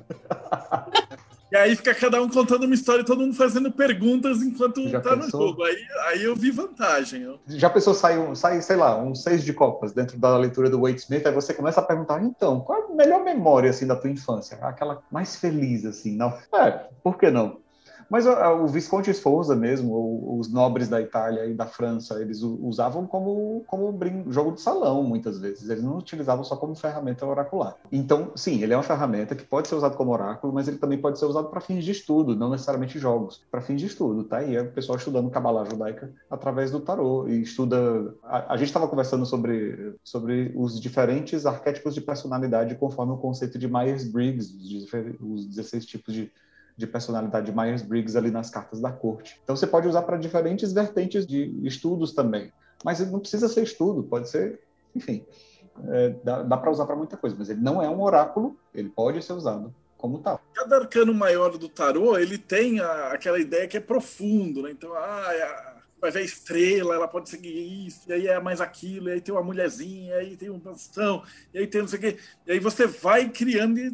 E aí fica cada um contando uma história e todo mundo fazendo perguntas enquanto Já tá pensou? no jogo. Aí, aí eu vi vantagem. Eu... Já pensou, sai, um, sai, sei lá, um seis de copas dentro da leitura do Wade Smith, aí você começa a perguntar, então, qual é a melhor memória, assim, da tua infância? Aquela mais feliz, assim, não? É, por que não? Mas o, o Visconde Sforza mesmo, os nobres da Itália e da França, eles usavam como, como brin- jogo de salão, muitas vezes. Eles não utilizavam só como ferramenta oracular. Então, sim, ele é uma ferramenta que pode ser usado como oráculo, mas ele também pode ser usado para fins de estudo, não necessariamente jogos. Para fins de estudo, tá aí é o pessoal estudando Cabala judaica através do tarô. E estuda... A, a gente estava conversando sobre, sobre os diferentes arquétipos de personalidade conforme o conceito de Myers-Briggs, os dezesseis tipos de de personalidade de Myers-Briggs ali nas cartas da corte. Então você pode usar para diferentes vertentes de estudos também. Mas não precisa ser estudo, pode ser, enfim, é, dá, dá para usar para muita coisa, mas ele não é um oráculo, ele pode ser usado como tal. Cada arcano maior do tarô, ele tem a, aquela ideia que é profundo, né? Então, ah, a, vai ver a estrela, ela pode seguir isso, e aí é mais aquilo, e aí tem uma mulherzinha, e aí tem um bastão, e aí tem não sei o quê. E aí você vai criando... E...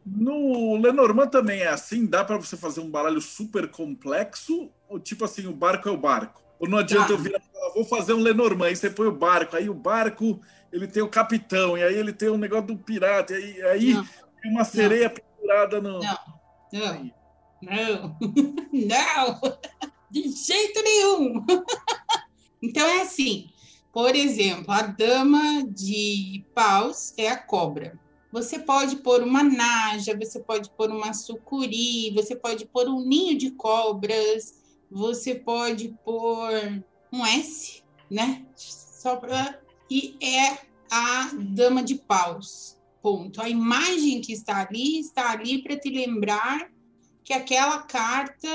No Lenormand também é assim? Dá para você fazer um baralho super complexo? Ou tipo assim, o barco é o barco? Ou não adianta ah. eu virar, vou fazer um Lenormand, aí você põe o barco, aí o barco ele tem o capitão, e aí ele tem um negócio do pirata, e aí, aí tem uma sereia não. pendurada no... Não, não, não, não, de jeito nenhum. Então é assim, por exemplo, a dama de paus é a cobra. Você pode pôr uma naja, você pode pôr uma sucuri, você pode pôr um ninho de cobras, você pode pôr um S, né? Só pra... E é a dama de paus, ponto. A imagem que está ali, está ali para te lembrar que aquela carta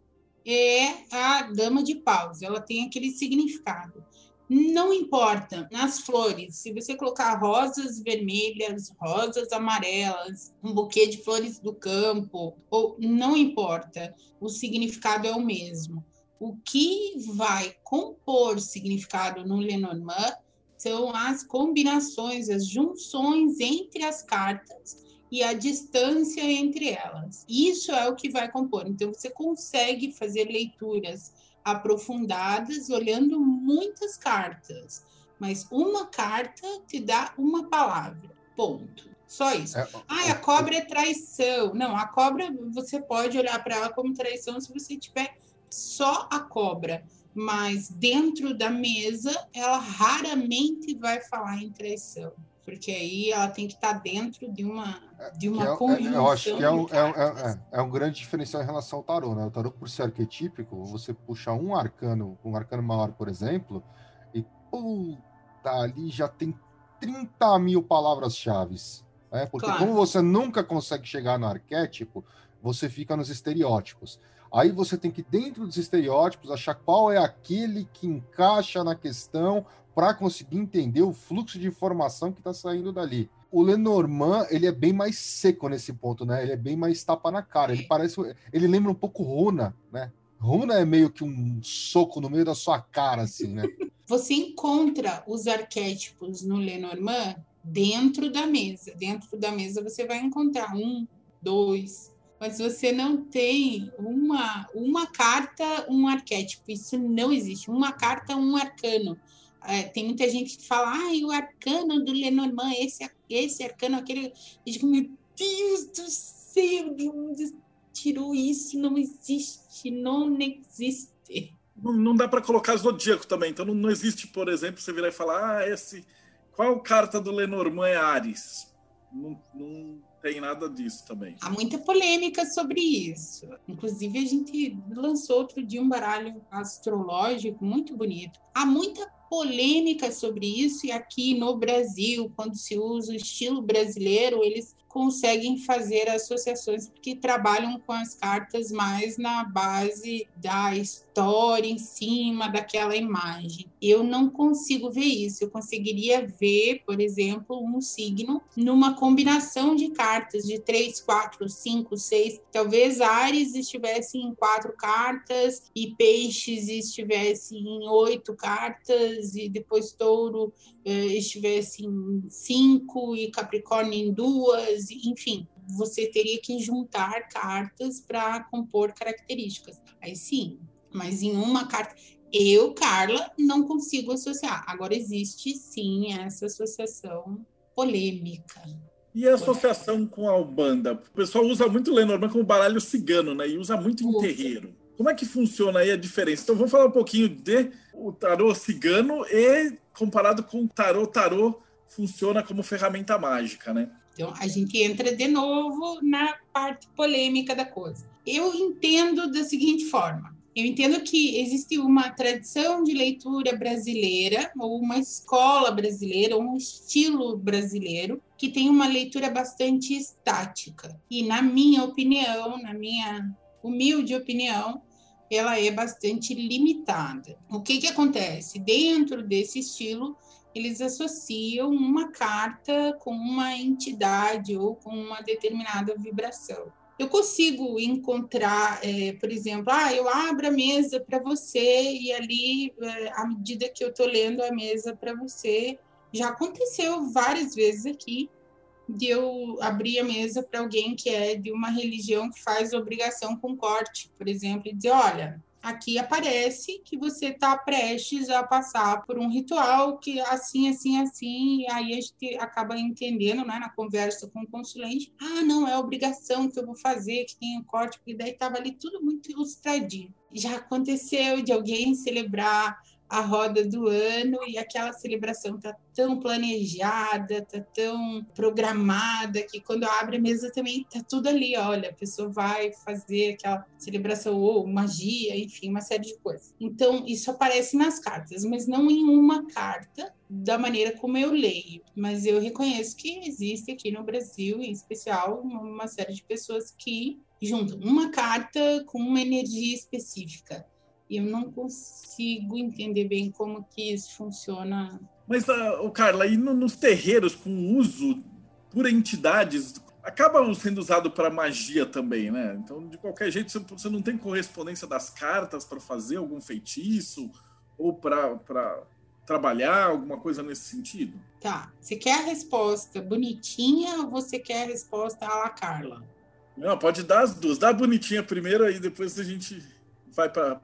é a dama de paus, ela tem aquele significado. Não importa, nas flores, se você colocar rosas vermelhas, rosas amarelas, um buquê de flores do campo, ou não importa, o significado é o mesmo. O que vai compor significado no Lenormand são as combinações, as junções entre as cartas e a distância entre elas. Isso é o que vai compor. Então, você consegue fazer leituras aprofundadas olhando muitas cartas, mas uma carta te dá uma palavra, ponto. Só isso. É, ah, a cobra é traição. Não, a cobra, você pode olhar para ela como traição se você tiver só a cobra, mas dentro da mesa, ela raramente vai falar em traição, porque aí ela tem que estar dentro de uma, de uma é, conjunção. Eu acho que é um, é, é, é um grande diferencial em relação ao tarô, né? O tarô, por ser arquetípico, você puxa um arcano, um arcano maior, por exemplo, e puta, ali já tem trinta mil palavras-chave. É, porque claro, como você nunca consegue chegar no arquétipo, você fica nos estereótipos. Aí você tem que, dentro dos estereótipos, achar qual é aquele que encaixa na questão para conseguir entender o fluxo de informação que está saindo dali. O Lenormand, ele é bem mais seco nesse ponto, né? Ele é bem mais tapa na cara. Ele parece, ele lembra um pouco Runa, né? Runa é meio que um soco no meio da sua cara, assim, né? Você encontra os arquétipos no Lenormand dentro da mesa. Dentro da mesa você vai encontrar um, dois, mas você não tem uma, uma carta, um arquétipo. Isso não existe. Uma carta, um arcano. É, tem muita gente que fala, ah, o arcano do Lenormand, esse, esse arcano, aquele... Eu digo, meu Deus do céu, de onde tirou isso? Não existe, não existe. Não, não dá para colocar zodíaco também. Então não, não existe, por exemplo, você virar e falar, ah, esse... Qual carta do Lenormand é Ares? Não, não tem nada disso também. Há muita polêmica sobre isso. Inclusive, a gente lançou outro dia um baralho astrológico muito bonito. Há muita polêmica sobre isso, e aqui no Brasil, quando se usa o estilo brasileiro, eles conseguem fazer associações porque trabalham com as cartas mais na base da história em cima daquela imagem. Eu não consigo ver isso. Eu conseguiria ver, por exemplo, um signo numa combinação de cartas de três, quatro, cinco, seis. Talvez Áries estivesse em quatro cartas e Peixes estivesse em oito cartas e depois Touro eh, estivesse em cinco e Capricórnio em duas. Enfim, você teria que juntar cartas para compor características. Aí sim, mas em uma carta... Eu, Carla, não consigo associar. Agora existe, sim, essa associação polêmica. E a associação com a Umbanda? O pessoal usa muito o Lenormand como baralho cigano, né? E usa muito em usa. terreiro. Como é que funciona aí a diferença? Então vamos falar um pouquinho de o tarô cigano e comparado com o tarô, tarô funciona como ferramenta mágica, né? Então, a gente entra de novo na parte polêmica da coisa. Eu entendo da seguinte forma. Eu entendo que existe uma tradição de leitura brasileira, ou uma escola brasileira, ou um estilo brasileiro, que tem uma leitura bastante estática. E, na minha opinião, na minha humilde opinião, ela é bastante limitada. O que que acontece? Dentro desse estilo, eles associam uma carta com uma entidade ou com uma determinada vibração. Eu consigo encontrar, é, por exemplo, ah, eu abro a mesa para você e ali, é, à medida que eu estou lendo a mesa para você, já aconteceu várias vezes aqui de eu abrir a mesa para alguém que é de uma religião que faz obrigação com corte, por exemplo, e dizer, olha... Aqui aparece que você está prestes a passar por um ritual que assim, assim, assim, e aí a gente acaba entendendo, né, na conversa com o consulente, ah, não, é obrigação que eu vou fazer, que tem um corte, porque daí estava ali tudo muito ilustradinho. Já aconteceu de alguém celebrar a roda do ano e aquela celebração está tão planejada, está tão programada que quando abre a mesa também está tudo ali, olha, a pessoa vai fazer aquela celebração ou magia, enfim, uma série de coisas. Então, isso aparece nas cartas, mas não em uma carta da maneira como eu leio. Mas eu reconheço que existe aqui no Brasil, em especial, uma série de pessoas que juntam uma carta com uma energia específica. E eu não consigo entender bem como que isso funciona. Mas, uh, Carla, aí no, nos terreiros com uso por entidades, acaba sendo usado para magia também, né? Então, de qualquer jeito, você, você não tem correspondência das cartas para fazer algum feitiço ou para trabalhar, alguma coisa nesse sentido? Tá. Você quer a resposta bonitinha ou você quer a resposta à la Carla? Não, pode dar as duas. Dá a bonitinha primeiro, aí depois a gente vai para...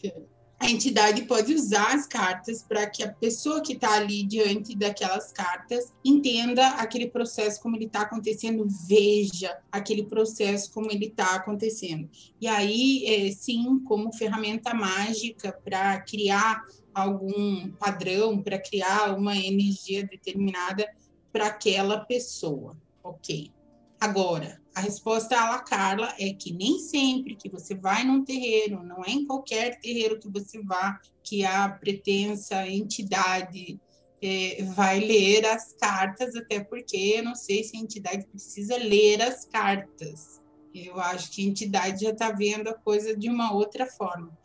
A entidade pode usar as cartas para que a pessoa que está ali diante daquelas cartas entenda aquele processo como ele está acontecendo, veja aquele processo como ele está acontecendo. E aí, é, sim, como ferramenta mágica para criar algum padrão, para criar uma energia determinada para aquela pessoa. Ok. Agora, a resposta à la Carla é que nem sempre que você vai num terreiro, não é em qualquer terreiro que você vá, que a pretensa entidade é, vai ler as cartas, até porque eu não sei se a entidade precisa ler as cartas. Eu acho que a entidade já está vendo a coisa de uma outra forma.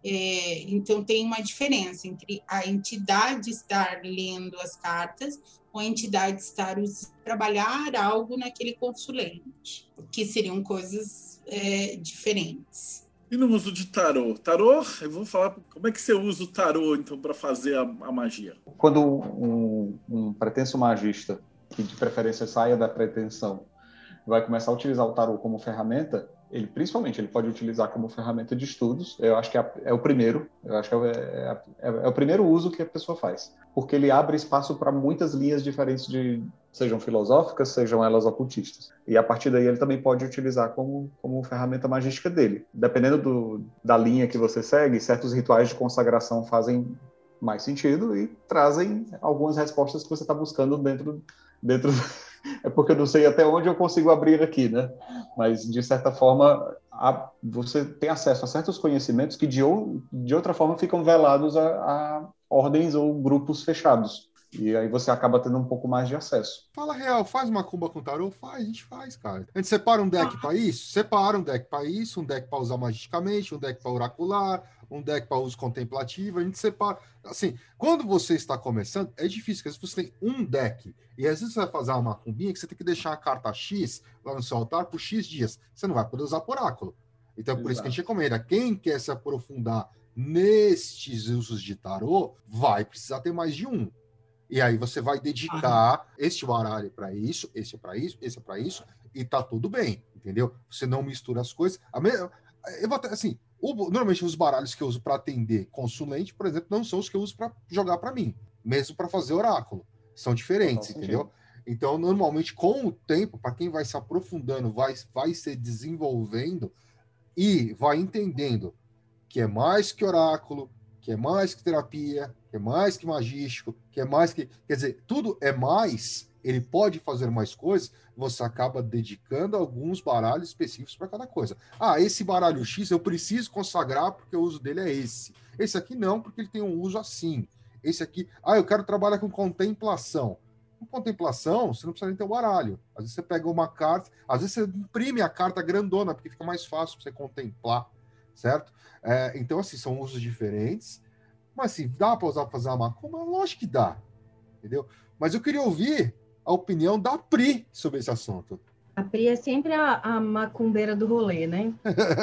É, então, tem uma diferença entre a entidade estar lendo as cartas ou a entidade estar usando, trabalhar algo naquele consulente, que seriam coisas é, diferentes. E no uso de tarô? Tarô, eu vou falar, como é que você usa o tarô, então, para fazer a, a magia? Quando um, um pretenso magista, que de preferência saia da pretensão, vai começar a utilizar o tarô como ferramenta, ele principalmente ele pode utilizar como ferramenta de estudos. Eu acho que é, é o primeiro, eu acho que é, é, é, é o primeiro uso que a pessoa faz, porque ele abre espaço para muitas linhas diferentes, de, sejam filosóficas, sejam elas ocultistas. E a partir daí ele também pode utilizar como, como ferramenta magística dele. Dependendo do, da linha que você segue, certos rituais de consagração fazem mais sentido e trazem algumas respostas que você está buscando dentro dentro é porque eu não sei até onde eu consigo abrir aqui, né? Mas, de certa forma, a, você tem acesso a certos conhecimentos que, de, ou, de outra forma, ficam velados a, a ordens ou grupos fechados. E aí você acaba tendo um pouco mais de acesso. Fala real, faz macumba com tarô? Faz, a gente faz, cara. A gente separa um deck para isso? Separa um deck para isso, um deck para usar magicamente, um deck para oracular, um deck para uso contemplativo, a gente separa. Assim, quando você está começando, é difícil, porque você tem um deck, e às vezes você vai fazer uma macumbinha que você tem que deixar a carta X lá no seu altar por X dias. Você não vai poder usar por oráculo. Então, é por Exato. Isso que a gente recomenda. Quem quer se aprofundar nestes usos de tarô, vai precisar ter mais de um. E aí você vai dedicar este baralho para isso, esse é para isso, esse é para isso, e tá tudo bem, entendeu? Você não mistura as coisas. A me... Eu vou até, assim, o... normalmente os baralhos que eu uso para atender consulente, por exemplo, não são os que eu uso para jogar para mim, mesmo para fazer oráculo. São diferentes, Nossa, entendeu? Gente. Então, normalmente, com o tempo, para quem vai se aprofundando, vai, vai se desenvolvendo e vai entendendo que é mais que oráculo, que é mais que terapia, que é mais que magístico, que é mais que... Quer dizer, tudo é mais, ele pode fazer mais coisas, você acaba dedicando alguns baralhos específicos para cada coisa. Ah, esse baralho X eu preciso consagrar porque o uso dele é esse. Esse aqui não, porque ele tem um uso assim. Esse aqui... Ah, eu quero trabalhar com contemplação. Com contemplação, você não precisa nem ter o baralho. Às vezes você pega uma carta, às vezes você imprime a carta grandona, porque fica mais fácil para você contemplar, certo? É, então, assim, são usos diferentes. Mas, assim, dá para usar para fazer uma macumba? Lógico que dá, entendeu? Mas eu queria ouvir a opinião da Pri sobre esse assunto. A Pri é sempre a, a macumbeira do rolê, né?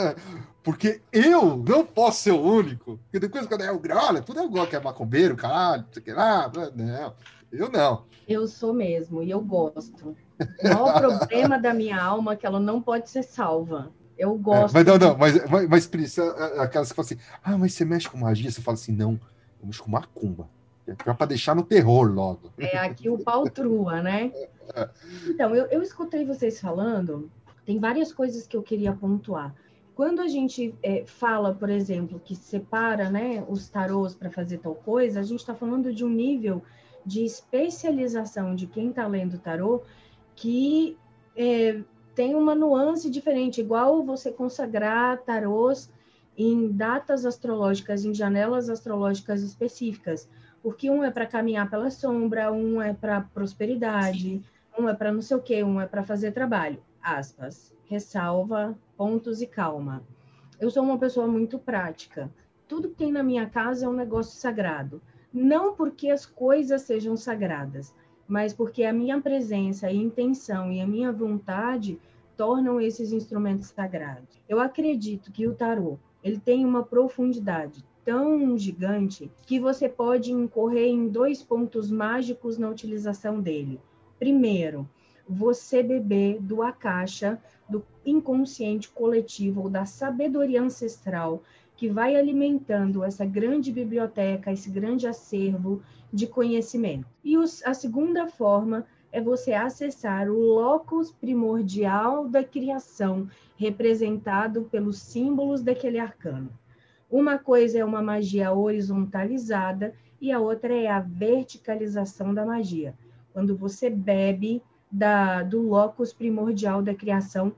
Porque eu não posso ser o único. Porque depois, quando é o grau, olha, tudo é igual que é macumbeiro, caralho, não sei o que lá. Não, eu não. Eu sou mesmo, e eu gosto. O maior problema da minha alma é que ela não pode ser salva. Eu gosto. É, mas não, não, mas, mas, mas Pri, aquelas que falam assim, ah, mas você mexe com magia? Você fala assim, não, eu mexo com macumba. É para deixar no terror logo. É aqui o pau trua, né? Então, eu, eu escutei vocês falando, tem várias coisas que eu queria pontuar. Quando a gente é, fala, por exemplo, que separa, né, os tarôs para fazer tal coisa, a gente está falando de um nível de especialização de quem está lendo tarô que é, tem uma nuance diferente, igual você consagrar tarôs em datas astrológicas, em janelas astrológicas específicas, porque um é para caminhar pela sombra, um é para prosperidade, um é para não sei o quê, um é para fazer trabalho, aspas, ressalva, pontos e calma. Eu sou uma pessoa muito prática. Tudo que tem na minha casa é um negócio sagrado. Não porque as coisas sejam sagradas, mas porque a minha presença, a intenção e a minha vontade tornam esses instrumentos sagrados. Eu acredito que o tarô, ele tem uma profundidade tão gigante que você pode incorrer em dois pontos mágicos na utilização dele. Primeiro, você beber do Akasha, do inconsciente coletivo ou da sabedoria ancestral, que vai alimentando essa grande biblioteca, esse grande acervo de conhecimento. E os, a segunda forma é você acessar o locus primordial da criação, representado pelos símbolos daquele arcano. Uma coisa é uma magia horizontalizada e a outra é a verticalização da magia. Quando você bebe da, do locus primordial da criação,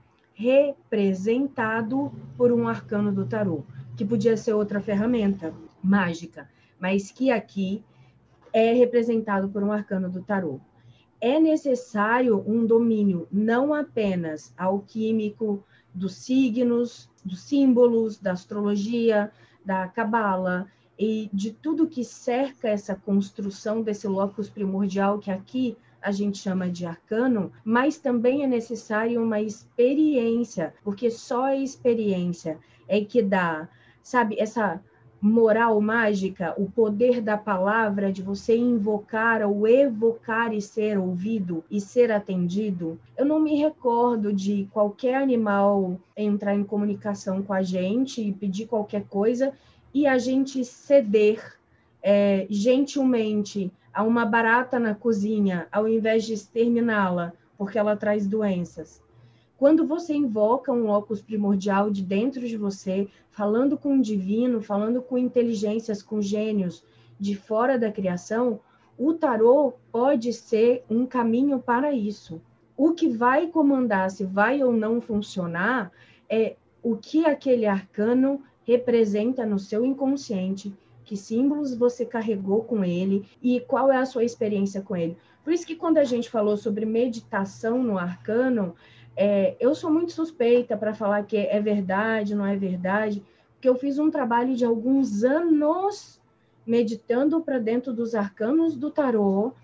representado por um arcano do tarô, que podia ser outra ferramenta mágica, mas que aqui é representado por um arcano do tarô. É necessário um domínio não apenas alquímico dos signos, dos símbolos, da astrologia, da cabala e de tudo que cerca essa construção desse locus primordial que aqui a gente chama de arcano, mas também é necessário uma experiência, porque só a experiência é que dá, sabe, essa moral mágica, o poder da palavra, de você invocar ou evocar e ser ouvido e ser atendido. Eu não me recordo de qualquer animal entrar em comunicação com a gente e pedir qualquer coisa e a gente ceder é, gentilmente a uma barata na cozinha, ao invés de exterminá-la, porque ela traz doenças. Quando você invoca um locus primordial de dentro de você, falando com o divino, falando com inteligências, com gênios de fora da criação, o tarô pode ser um caminho para isso. O que vai comandar se vai ou não funcionar é o que aquele arcano representa no seu inconsciente, que símbolos você carregou com ele e qual é a sua experiência com ele. Por isso que quando a gente falou sobre meditação no arcano, É, eu sou muito suspeita para falar que é verdade, não é verdade, porque eu fiz um trabalho de alguns anos meditando para dentro dos arcanos do tarô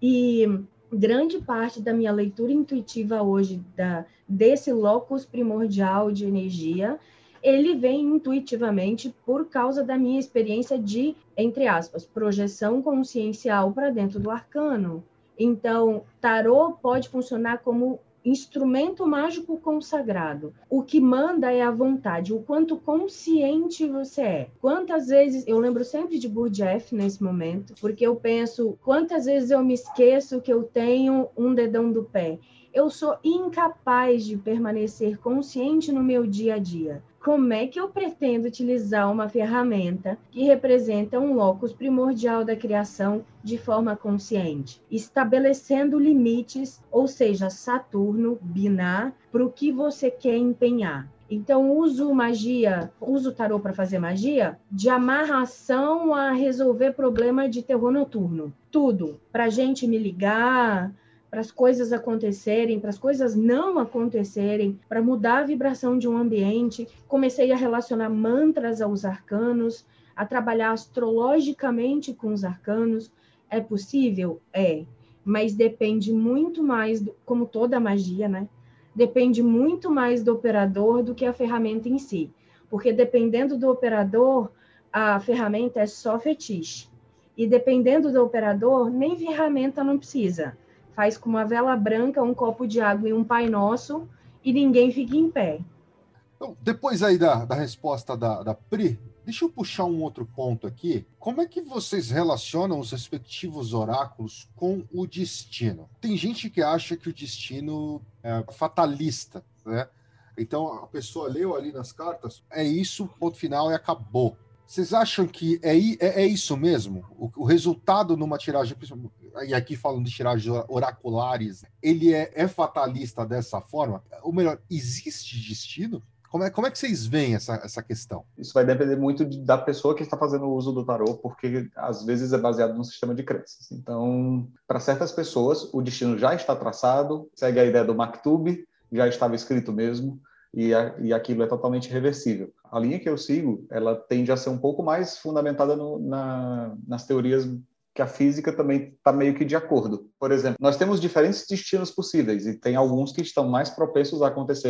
e grande parte da minha leitura intuitiva hoje da, desse locus primordial de energia, ele vem intuitivamente por causa da minha experiência de, entre aspas, projeção consciencial para dentro do arcano. Então, tarô pode funcionar como instrumento mágico consagrado. O que manda é a vontade, o quanto consciente você é. Quantas vezes, eu lembro sempre de Gurdjieff nesse momento, porque eu penso, quantas vezes eu me esqueço que eu tenho um dedão do pé. Eu sou incapaz de permanecer consciente no meu dia a dia. Como é que eu pretendo utilizar uma ferramenta que representa um locus primordial da criação de forma consciente, estabelecendo limites, ou seja, Saturno, binar, para o que você quer empenhar? Então, uso magia, uso tarô para fazer magia, de amarração a resolver problema de terror noturno. Tudo, para a gente me ligar, para as coisas acontecerem, para as coisas não acontecerem, para mudar a vibração de um ambiente. Comecei a relacionar mantras aos arcanos, a trabalhar astrologicamente com os arcanos. É possível? É, mas depende muito mais, do, como toda magia, né? Depende muito mais do operador do que a ferramenta em si. Porque dependendo do operador, a ferramenta é só fetiche. E dependendo do operador, nem ferramenta não precisa. Faz com uma vela branca, um copo de água e um Pai Nosso, e ninguém fica em pé. Então, depois aí da, da resposta da, da Pri, deixa eu puxar um outro ponto aqui. Como é que vocês relacionam os respectivos oráculos com o destino? Tem gente que acha que o destino é fatalista, né? Então, a pessoa leu ali nas cartas, é isso, ponto final e acabou. Vocês acham que é, é, é isso mesmo? O, o resultado numa tiragem, e aqui falando de tiragens oraculares, ele é, é fatalista dessa forma? Ou melhor, existe destino? Como é, como é que vocês veem essa, essa questão? Isso vai depender muito de, da pessoa que está fazendo o uso do tarô, porque às vezes é baseado num sistema de crenças. Então, para certas pessoas, o destino já está traçado, segue a ideia do Maktub, já estava escrito mesmo, e, a, e aquilo é totalmente reversível. A linha que eu sigo, ela tende a ser um pouco mais fundamentada no, na, nas teorias que a física também está meio que de acordo. Por exemplo, nós temos diferentes destinos possíveis, e tem alguns que estão mais propensos a acontecerem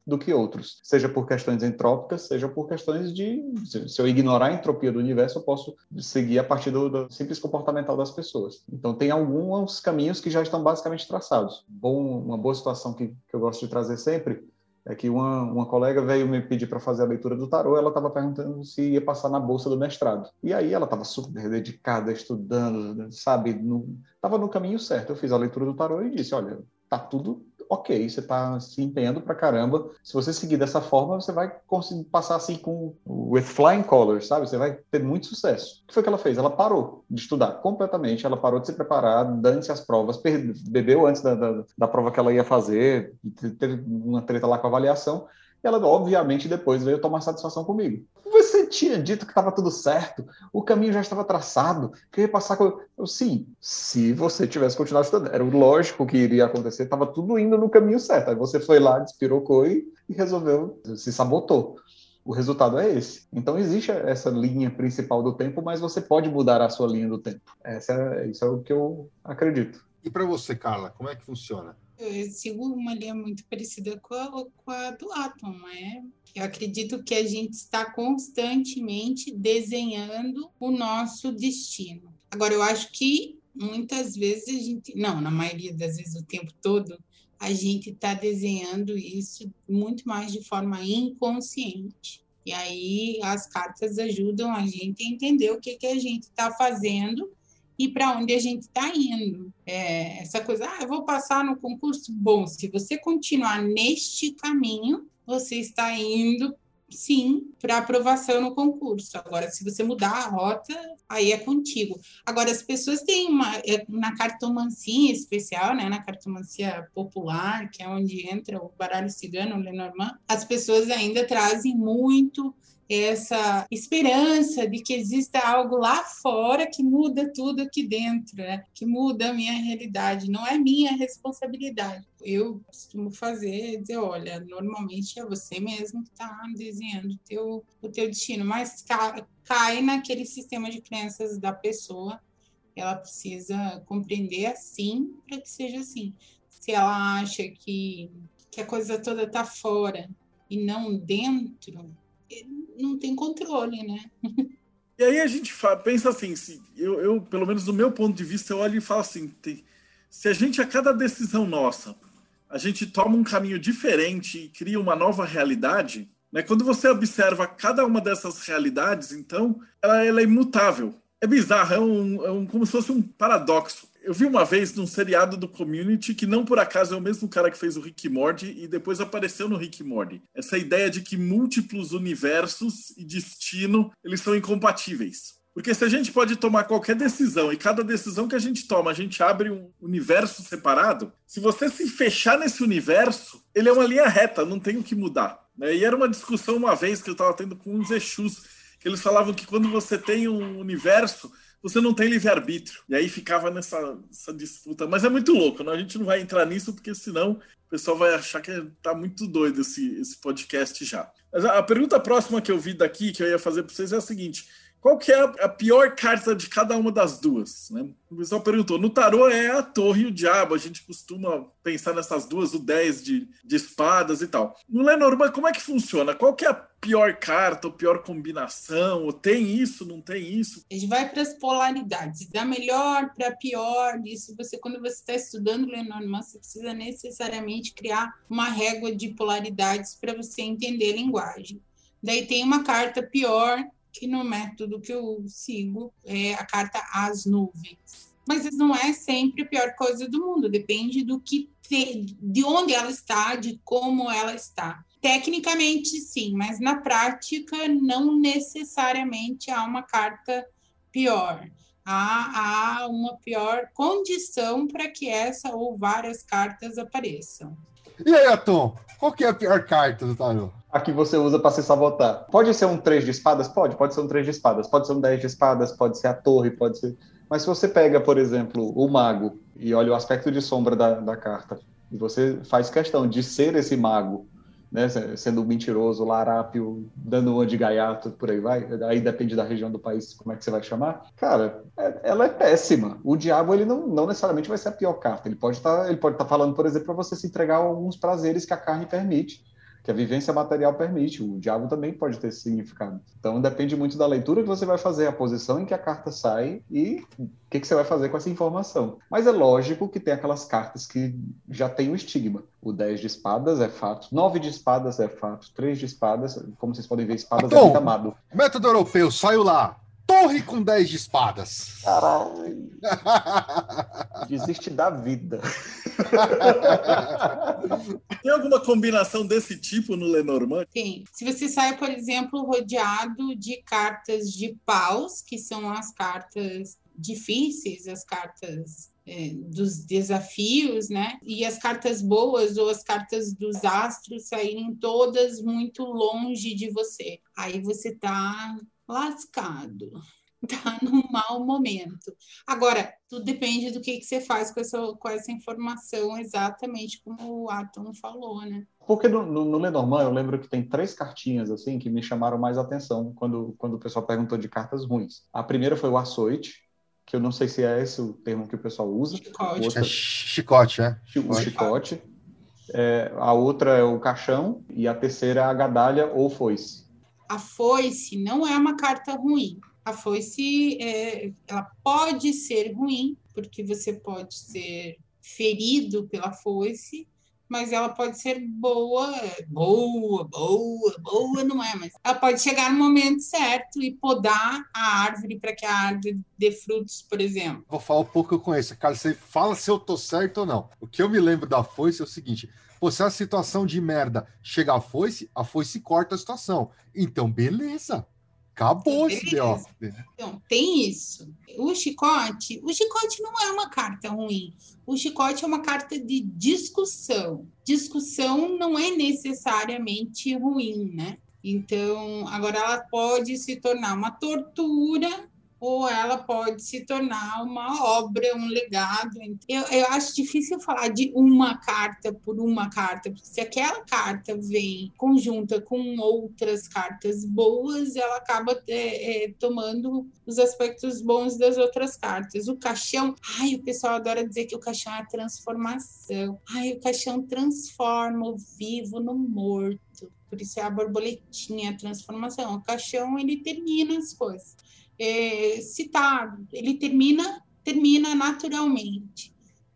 do que outros, seja por questões entrópicas, seja por questões de, se eu ignorar a entropia do universo, eu posso seguir a partir do, do simples comportamental das pessoas. Então tem alguns caminhos que já estão basicamente traçados. Bom, uma boa situação que, que eu gosto de trazer sempre é que uma, uma colega veio me pedir para fazer a leitura do tarô, ela estava perguntando se ia passar na bolsa do mestrado. E aí ela estava super dedicada, estudando, sabe? Estava no, no caminho certo. Eu fiz a leitura do tarô e disse, olha, tá tudo ok, você está se empenhando pra caramba. Se você seguir dessa forma, você vai conseguir passar assim com with flying colors, sabe? Você vai ter muito sucesso. O que foi que ela fez? Ela parou de estudar completamente, ela parou de se preparar, dane-se as provas, bebeu antes da, da, da prova que ela ia fazer, teve uma treta lá com a avaliação, e ela, obviamente, depois veio tomar satisfação comigo. Você tinha dito que estava tudo certo, o caminho já estava traçado, que eu ia passar com... Eu, sim, se você tivesse continuado estudando. Era lógico que iria acontecer, estava tudo indo no caminho certo. Aí você foi lá, despirocou e, e resolveu, se sabotou. O resultado é esse. Então existe essa linha principal do tempo, mas você pode mudar a sua linha do tempo. Essa é, isso é o que eu acredito. E para você, Carla, como é que funciona? Eu sigo uma linha muito parecida com a, com a do Atom, né? Eu acredito que a gente está constantemente desenhando o nosso destino. Agora, eu acho que muitas vezes a gente... Não, na maioria das vezes, o tempo todo, a gente está desenhando isso muito mais de forma inconsciente. E aí as cartas ajudam a gente a entender o que, que a gente está fazendo e para onde a gente está indo. É, essa coisa, ah, eu vou passar no concurso. Bom, se você continuar neste caminho, você está indo, sim, para aprovação no concurso. Agora, se você mudar a rota, aí é contigo. Agora, as pessoas têm uma... Na cartomancia em especial, né, na cartomancia popular, que é onde entra o baralho cigano, o Lenormand, as pessoas ainda trazem muito essa esperança de que exista algo lá fora que muda tudo aqui dentro, né? Que muda a minha realidade, não é minha responsabilidade. Eu costumo fazer, dizer, olha, normalmente é você mesmo que está desenhando o teu, o teu destino, mas cai, cai naquele sistema de crenças da pessoa, ela precisa compreender assim para que seja assim. Se ela acha que, que a coisa toda está fora e não dentro, não tem controle, né? E aí a gente pensa assim, se eu, eu, pelo menos do meu ponto de vista, eu olho e falo assim, tem, se a gente, a cada decisão nossa, a gente toma um caminho diferente e cria uma nova realidade, né? Quando você observa cada uma dessas realidades, então, ela, ela é imutável. É bizarro, é, um, é um, como se fosse um paradoxo. Eu vi uma vez num seriado do Community, que não por acaso é o mesmo cara que fez o Rick e Morty e depois apareceu no Rick e Morty. Essa ideia de que múltiplos universos e destino, eles são incompatíveis. Porque se a gente pode tomar qualquer decisão e cada decisão que a gente toma, a gente abre um universo separado, se você se fechar nesse universo, ele é uma linha reta, não tem o que mudar. Né? E era uma discussão uma vez que eu estava tendo com uns Exus, que eles falavam que quando você tem um universo, você não tem livre-arbítrio. E aí ficava nessa, nessa disputa. Mas é muito louco, né? A gente não vai entrar nisso, porque senão o pessoal vai achar que tá muito doido esse, esse podcast já. Mas a, a pergunta próxima que eu vi daqui, que eu ia fazer para vocês, é a seguinte: qual que é a, a pior carta de cada uma das duas? Né? O pessoal perguntou. No tarô é a torre e o diabo. A gente costuma pensar nessas duas, o dez de, de espadas e tal. No Lenormand, como é que funciona? Qual que é a pior carta, ou pior combinação? Ou tem isso, não tem isso? A gente vai para as polaridades. Da melhor para pior. Isso você, quando você está estudando Lenormand, você precisa necessariamente criar uma régua de polaridades para você entender a linguagem. Daí tem uma carta pior, que no método que eu sigo é a carta As Nuvens. Mas não é sempre a pior coisa do mundo, depende do que te, de onde ela está, de como ela está. Tecnicamente, sim, mas na prática não necessariamente há uma carta pior. Há, há uma pior condição para que essa ou várias cartas apareçam. E aí, Atom, qual que é a pior carta do tarô? A que você usa para se sabotar. Pode ser um três de espadas? Pode, pode ser um três de espadas. Pode ser um dez de espadas, pode ser a torre, pode ser... Mas se você pega, por exemplo, o mago e olha o aspecto de sombra da, da carta, e você faz questão de ser esse mago, né, sendo mentiroso, larápio, dando uma de gaiato, por aí vai, aí depende da região do país, como é que você vai chamar, cara, é, ela é péssima. O diabo, ele não, não necessariamente vai ser a pior carta, ele pode estar ele pode estar falando, por exemplo, para você se entregar a alguns prazeres que a carne permite, que a vivência material permite. O diabo também pode ter esse significado. Então depende muito da leitura que você vai fazer, a posição em que a carta sai e o que, que você vai fazer com essa informação. Mas é lógico que tem aquelas cartas que já tem o estigma. O dez de espadas é fato, nove de espadas é fato, três de espadas, como vocês podem ver, espadas Tom, é muito amado. Método europeu, saiu lá. Torre com dez de espadas. Caralho. Desiste da vida. Tem alguma combinação desse tipo no Lenormand? Tem. Se você sai, por exemplo, rodeado de cartas de paus, que são as cartas difíceis, as cartas é, dos desafios, né? E as cartas boas ou as cartas dos astros saírem todas muito longe de você. Aí você tá lascado, tá num mau momento. Agora, tudo depende do que, que você faz com essa, com essa informação, exatamente como o Atom falou, né? Porque no, no, no Lenormand eu lembro que tem três cartinhas assim que me chamaram mais atenção quando, quando o pessoal perguntou de cartas ruins. A primeira foi o açoite, que eu não sei se é esse o termo que o pessoal usa. Chicote. Outra, É chicote, é? o chicote. É, a outra é o caixão e a terceira é a gadalha ou foice. A foice não é uma carta ruim. A foice, é, ela pode ser ruim, porque você pode ser ferido pela foice, mas ela pode ser boa, boa, boa, boa não é, mas ela pode chegar no momento certo e podar a árvore para que a árvore dê frutos, por exemplo. Vou falar um pouco que eu conheço. Cara, você fala se eu tô certo ou não. O que eu me lembro da foice é o seguinte: pô, se a situação de merda chega a foice, a foice corta a situação. Então, beleza. Acabou esse B O. Então, tem isso. O chicote, o chicote não é uma carta ruim. O chicote é uma carta de discussão. Discussão não é necessariamente ruim, né? Então, agora ela pode se tornar uma tortura ou ela pode se tornar uma obra, um legado. Eu, eu acho difícil falar de uma carta por uma carta, porque se aquela carta vem conjunta com outras cartas boas, ela acaba é, é, tomando os aspectos bons das outras cartas. O caixão, ai, o pessoal adora dizer que o caixão é a transformação. Ai, o caixão transforma o vivo no morto. Por isso é a borboletinha, a transformação. O caixão, ele termina as coisas. É, citado, ele termina, termina naturalmente.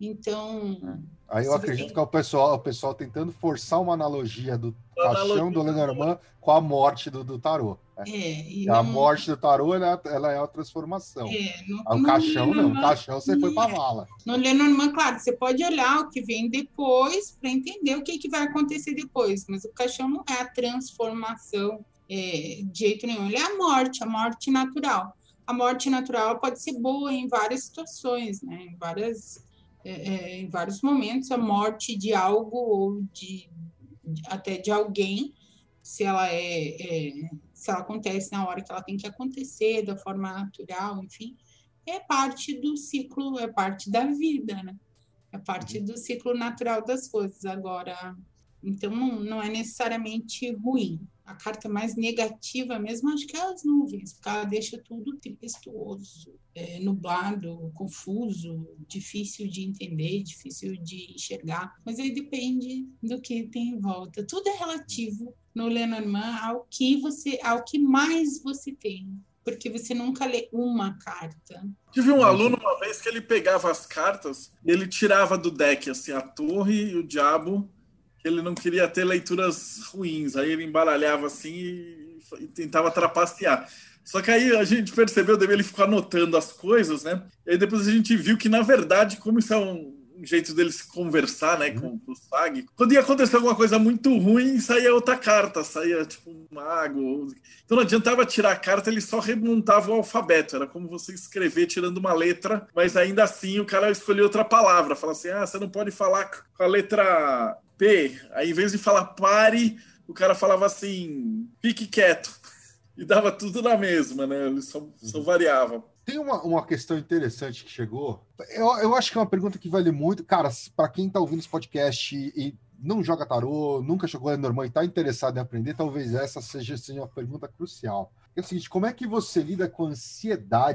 Então. Aí eu acredito tem... que é o pessoal, o pessoal tentando forçar uma analogia do caixão do Lenormand com a morte do, do tarô. Né? É, e a não... morte do tarô ela, ela é a transformação. É, no, o caixão Lenormand, não, o caixão você foi para a vala. No Lenormand, claro, você pode olhar o que vem depois para entender o que, que vai acontecer depois, mas o caixão não é a transformação. É, de jeito nenhum, ele é a morte, a morte natural. A morte natural pode ser boa em várias situações, né? Em, várias, é, é, em vários momentos, a morte de algo ou de, de até de alguém, se ela é, é se ela acontece na hora que ela tem que acontecer, da forma natural, enfim, é parte do ciclo, é parte da vida, né? É parte do ciclo natural das coisas. Agora, então não, não é necessariamente ruim. A carta mais negativa mesmo, acho que é as nuvens, porque ela deixa tudo tempestuoso, é, nublado, confuso, difícil de entender, difícil de enxergar. Mas aí depende do que tem em volta. Tudo é relativo no Lenormand ao que você, ao que mais você tem, porque você nunca lê uma carta. Tive um aluno uma vez que ele pegava as cartas e ele tirava do deck assim, a torre e o diabo. Ele não queria ter leituras ruins, aí ele embaralhava assim e, e tentava trapacear. Só que aí a gente percebeu, ele ficou anotando as coisas, né? E aí depois a gente viu que, na verdade, como isso é um, um jeito dele se conversar, né, com, com o Sag, quando ia acontecer alguma coisa muito ruim, saía outra carta, saía tipo um mago. Então não adiantava tirar a carta, ele só remontava o alfabeto. Era como você escrever tirando uma letra, mas ainda assim o cara escolheu outra palavra. Fala assim, ah, você não pode falar com a letra P. Aí, em vez de falar pare, o cara falava assim, fique quieto. E dava tudo na mesma, né? Eles só, só variavam. Tem uma, uma questão interessante que chegou. Eu, eu acho que é uma pergunta que vale muito. Cara, para quem está ouvindo esse podcast e, e não joga tarô, nunca jogou Lenormand e está interessado em aprender, talvez essa seja, seja uma pergunta crucial. É o seguinte, como é que você lida com a ansiedade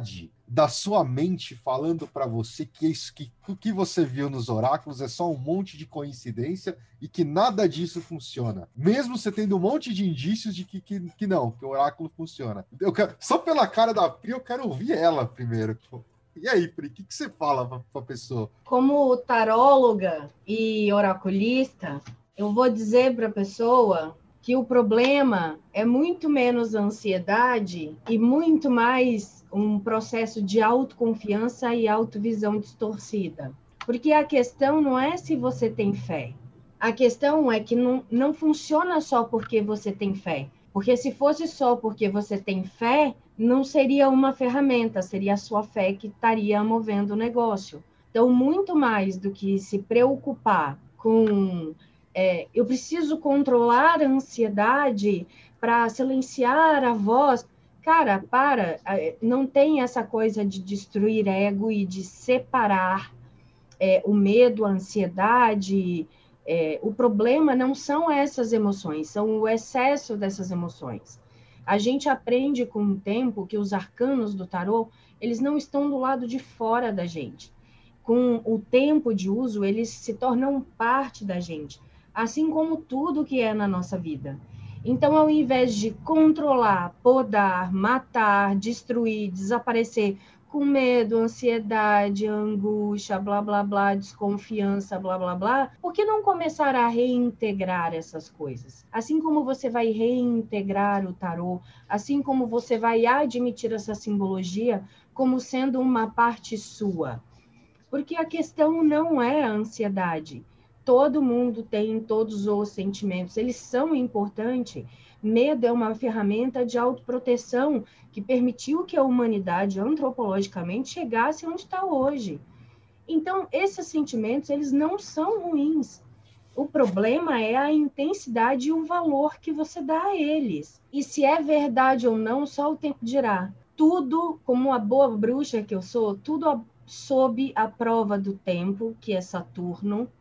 da sua mente falando para você que isso que o que você viu nos oráculos é só um monte de coincidência e que nada disso funciona. Mesmo você tendo um monte de indícios de que, que, que não, que o oráculo funciona. Eu quero, só pela cara da Pri, eu quero ouvir ela primeiro. E aí, Pri, o que, que você fala para a pessoa? Como taróloga e oraculista, eu vou dizer para a pessoa que o problema é muito menos ansiedade e muito mais um processo de autoconfiança e autovisão distorcida. Porque a questão não é se você tem fé. A questão é que não, não funciona só porque você tem fé. Porque se fosse só porque você tem fé, não seria uma ferramenta, seria a sua fé que estaria movendo o negócio. Então, muito mais do que se preocupar com... É, eu preciso controlar a ansiedade para silenciar a voz. Cara, para, não tem essa coisa de destruir ego e de separar é, o medo, a ansiedade. É, o problema não são essas emoções, são o excesso dessas emoções. A gente aprende com o tempo que os arcanos do tarô, eles não estão do lado de fora da gente. Com o tempo de uso, eles se tornam parte da gente, assim como tudo que é na nossa vida. Então, ao invés de controlar, podar, matar, destruir, desaparecer, com medo, ansiedade, angústia, blá, blá, blá, desconfiança, blá, blá, blá, por que não começar a reintegrar essas coisas? Assim como você vai reintegrar o tarô, assim como você vai admitir essa simbologia como sendo uma parte sua. Porque a questão não é a ansiedade. Todo mundo tem todos os sentimentos, eles são importantes. Medo é uma ferramenta de autoproteção que permitiu que a humanidade, antropologicamente, chegasse onde está hoje. Então, esses sentimentos, eles não são ruins. O problema é a intensidade e o valor que você dá a eles. E se é verdade ou não, só o tempo dirá. Tudo, como a boa bruxa que eu sou, tudo sob a prova do tempo, que é Saturno,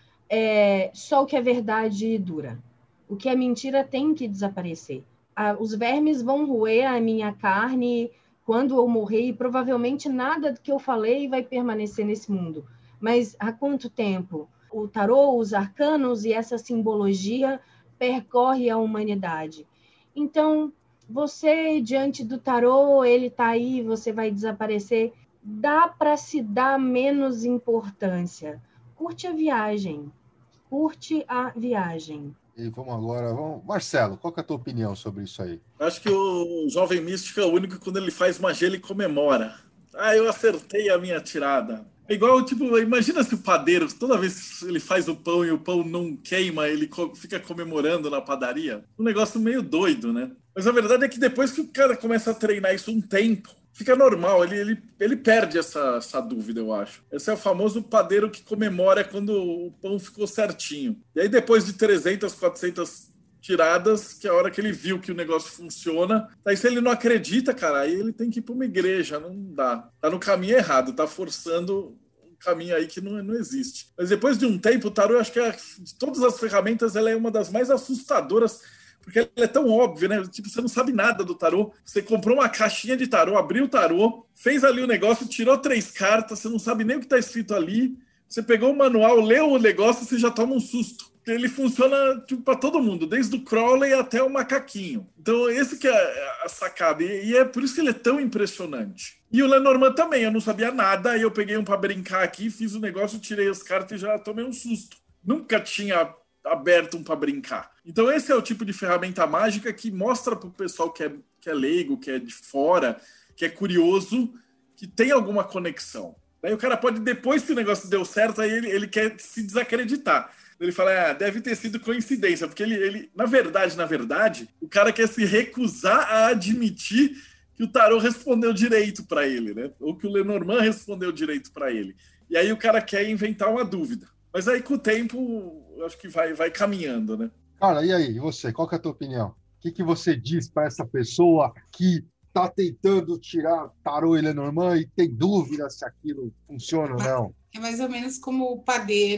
é, só o que é verdade dura. O que é mentira tem que desaparecer. Ah, os vermes vão roer a minha carne quando eu morrer, e provavelmente nada do que eu falei vai permanecer nesse mundo. Mas há quanto tempo? O tarô, os arcanos e essa simbologia percorre a humanidade. Então, você, diante do tarô, ele está aí, você vai desaparecer. Dá para se dar menos importância. Curte a viagem. Curte a viagem. E vamos agora, vamos... Marcelo, qual que é a tua opinião sobre isso aí? Acho que o jovem místico é o único que quando ele faz magia ele comemora. Ah, eu acertei a minha tirada. É igual, tipo, imagina se o padeiro, toda vez que ele faz o pão e o pão não queima, ele fica comemorando na padaria. Um negócio meio doido, né? Mas a verdade é que depois que o cara começa a treinar isso um tempo, fica normal, ele, ele, ele perde essa, essa dúvida, eu acho. Esse é o famoso padeiro que comemora quando o pão ficou certinho. E aí depois de trezentas, quatrocentas tiradas, que é a hora que ele viu que o negócio funciona, aí se ele não acredita, cara, aí ele tem que ir para uma igreja, não dá. Tá no caminho errado, tá forçando um caminho aí que não, não existe. Mas depois de um tempo, o tarô, eu acho que é, de todas as ferramentas, ela é uma das mais assustadoras, porque ela é tão óbvia, né? Tipo, você não sabe nada do tarô. Você comprou uma caixinha de tarô, abriu o tarô, fez ali o negócio, tirou três cartas, você não sabe nem o que está escrito ali. Você pegou o manual, leu o negócio, você já toma um susto. Ele funciona tipo, para todo mundo, desde o Crowley até o macaquinho. Então, esse que é a sacada. E é por isso que ele é tão impressionante. E o Lenormand também, eu não sabia nada, aí eu peguei um para brincar aqui, fiz o negócio, tirei as cartas e já tomei um susto. Nunca tinha aberto um para brincar. Então esse é o tipo de ferramenta mágica que mostra para o pessoal que é, que é leigo, que é de fora, que é curioso, que tem alguma conexão. Daí o cara pode, depois que o negócio deu certo, aí ele, ele quer se desacreditar. Ele fala, ah, deve ter sido coincidência, porque ele, ele, na verdade, na verdade, o cara quer se recusar a admitir que o tarô respondeu direito para ele, né? Ou que o Lenormand respondeu direito para ele. E aí o cara quer inventar uma dúvida. Mas aí, com o tempo, eu acho que vai, vai caminhando, né? Cara, e aí? E você? Qual que é a tua opinião? O que, que você diz para essa pessoa que está tentando tirar tarô e Lenormand e tem dúvida se aquilo funciona ou não? É mais ou menos como o padeiro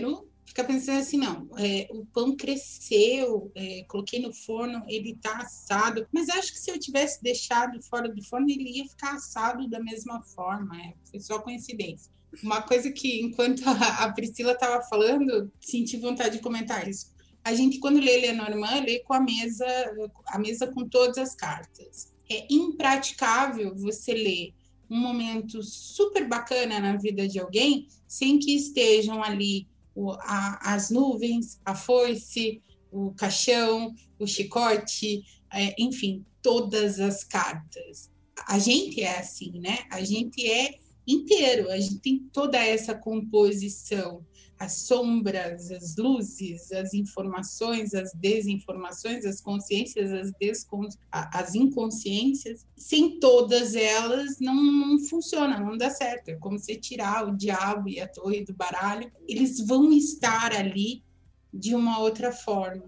fica pensando assim, não, é, o pão cresceu, é, coloquei no forno, ele está assado, mas acho que se eu tivesse deixado fora do forno, ele ia ficar assado da mesma forma, é, foi só coincidência. Uma coisa que, enquanto a, a Priscila estava falando, senti vontade de comentar isso. A gente, quando lê Lenormand, lê com a mesa, a mesa com todas as cartas. É impraticável você ler um momento super bacana na vida de alguém sem que estejam ali o, a, as nuvens, a foice, o caixão, o chicote, é, enfim, todas as cartas. A gente é assim, né? A gente é inteiro, a gente tem toda essa composição, as sombras, as luzes, as informações, as desinformações, as consciências, as, descon... as inconsciências. Sem todas elas não, não funciona, não dá certo. É como você tirar o diabo e a torre do baralho, eles vão estar ali de uma outra forma.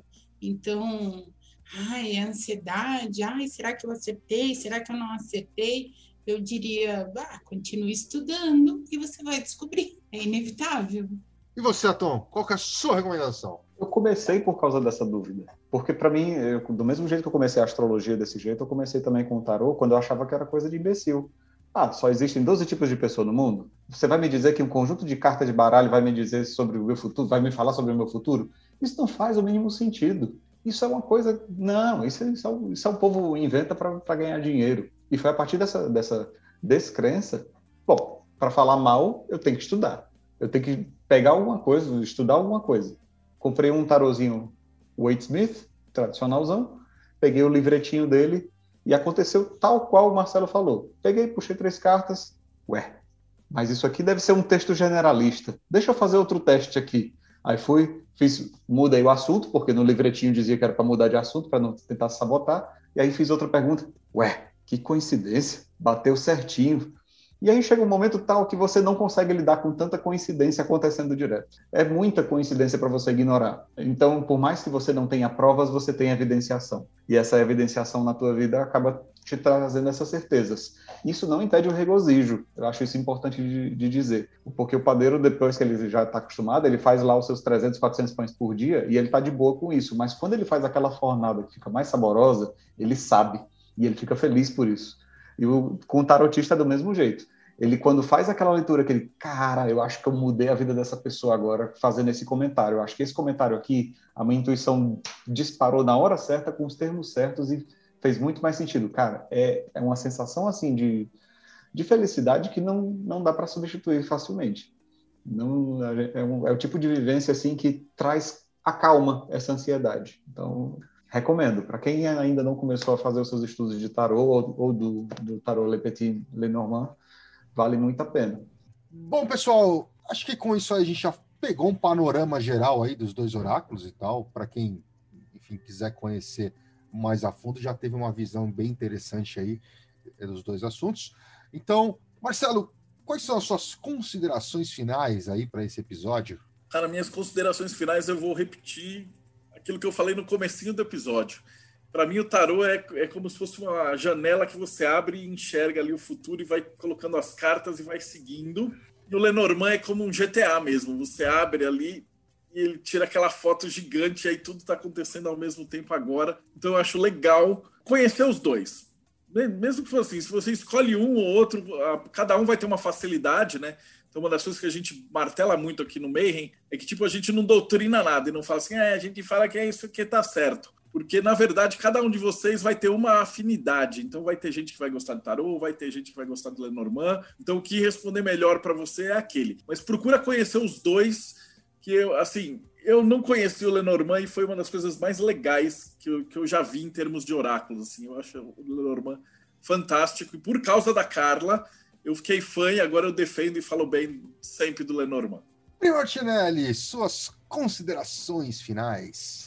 Então, ai, a ansiedade, ai, será que eu acertei? Será que eu não acertei? Eu diria, ah, continue estudando e você vai descobrir. É inevitável. E você, Atom, qual que é a sua recomendação? Eu comecei por causa dessa dúvida. Porque, para mim, eu, do mesmo jeito que eu comecei a astrologia desse jeito, eu comecei também com o tarô quando eu achava que era coisa de imbecil. Ah, só existem doze tipos de pessoa no mundo? Você vai me dizer que um conjunto de cartas de baralho vai me dizer sobre o meu futuro? Vai me falar sobre o meu futuro? Isso não faz o mínimo sentido. Isso é uma coisa... Não, isso, isso, é, o, isso é o povo inventa para ganhar dinheiro. E foi a partir dessa, dessa descrença... Bom, para falar mal, eu tenho que estudar. Eu tenho que pegar alguma coisa, estudar alguma coisa. Comprei um tarozinho Waite Smith, tradicionalzão, peguei o livretinho dele e aconteceu tal qual o Marcelo falou. Peguei, puxei três cartas, ué, mas isso aqui deve ser um texto generalista. Deixa eu fazer outro teste aqui. Aí fui, fiz, mudei o assunto, porque no livretinho dizia que era para mudar de assunto, para não tentar sabotar, e aí fiz outra pergunta. Ué, que coincidência, bateu certinho. E aí chega um momento tal que você não consegue lidar com tanta coincidência acontecendo direto. É muita coincidência para você ignorar. Então, por mais que você não tenha provas, você tem evidenciação. E essa evidenciação na tua vida acaba te trazendo essas certezas. Isso não impede o regozijo. Eu acho isso importante de, de dizer. Porque o padeiro, depois que ele já está acostumado, ele faz lá os seus trezentos, quatrocentos pães por dia e ele está de boa com isso. Mas quando ele faz aquela fornada que fica mais saborosa, ele sabe. E ele fica feliz por isso. E o, com o tarotista é do mesmo jeito. Ele, quando faz aquela leitura que ele, cara, eu acho que eu mudei a vida dessa pessoa agora fazendo esse comentário. Eu acho que esse comentário aqui, a minha intuição disparou na hora certa, com os termos certos e fez muito mais sentido. Cara, é, é uma sensação assim de, de felicidade que não, não dá para substituir facilmente. Não, é, um, é o tipo de vivência assim que traz, acalma essa ansiedade. Então... recomendo. Para quem ainda não começou a fazer os seus estudos de tarô ou, ou do, do tarô Le Petit Lenormand, vale muito a pena. Bom, pessoal, acho que com isso aí a gente já pegou um panorama geral aí dos dois oráculos e tal. Para quem, enfim, quiser conhecer mais a fundo, já teve uma visão bem interessante aí dos dois assuntos. Então, Marcelo, quais são as suas considerações finais aí para esse episódio? Cara, minhas considerações finais eu vou repetir aquilo que eu falei no comecinho do episódio. Para mim, o tarô é, é como se fosse uma janela que você abre e enxerga ali o futuro e vai colocando as cartas e vai seguindo. E o Lenormand é como um G T A mesmo. Você abre ali e ele tira aquela foto gigante e aí tudo está acontecendo ao mesmo tempo agora. Então eu acho legal conhecer os dois. Mesmo que fosse assim, se você escolhe um ou outro, cada um vai ter uma facilidade, né? Então, uma das coisas que a gente martela muito aqui no Mayhem é que, tipo, a gente não doutrina nada e não fala assim, é, a gente fala que é isso que tá certo. Porque, na verdade, cada um de vocês vai ter uma afinidade. Então, vai ter gente que vai gostar de tarô, vai ter gente que vai gostar de Lenormand. Então, o que responder melhor para você é aquele. Mas procura conhecer os dois, que eu, assim, eu não conheci o Lenormand e foi uma das coisas mais legais que eu, que eu já vi em termos de oráculos. Assim. Eu acho o Lenormand fantástico. E por causa da Carla, eu fiquei fã e agora eu defendo e falo bem sempre do Lenormand. Pri Martinelli, suas considerações finais.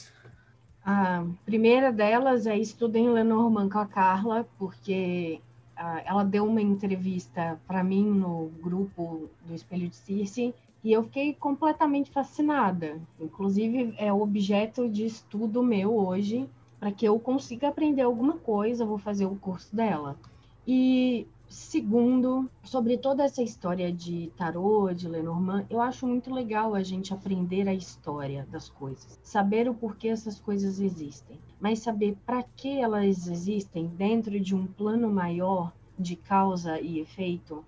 A primeira delas é estudem Lenormand com a Carla, porque ah, ela deu uma entrevista para mim no grupo do Espelho de Circe e eu fiquei completamente fascinada. Inclusive, é objeto de estudo meu hoje, para que eu consiga aprender alguma coisa, eu vou fazer o curso dela. E Segundo, sobre toda essa história de tarô, de Lenormand, eu acho muito legal a gente aprender a história das coisas, saber o porquê essas coisas existem, mas saber para que elas existem dentro de um plano maior de causa e efeito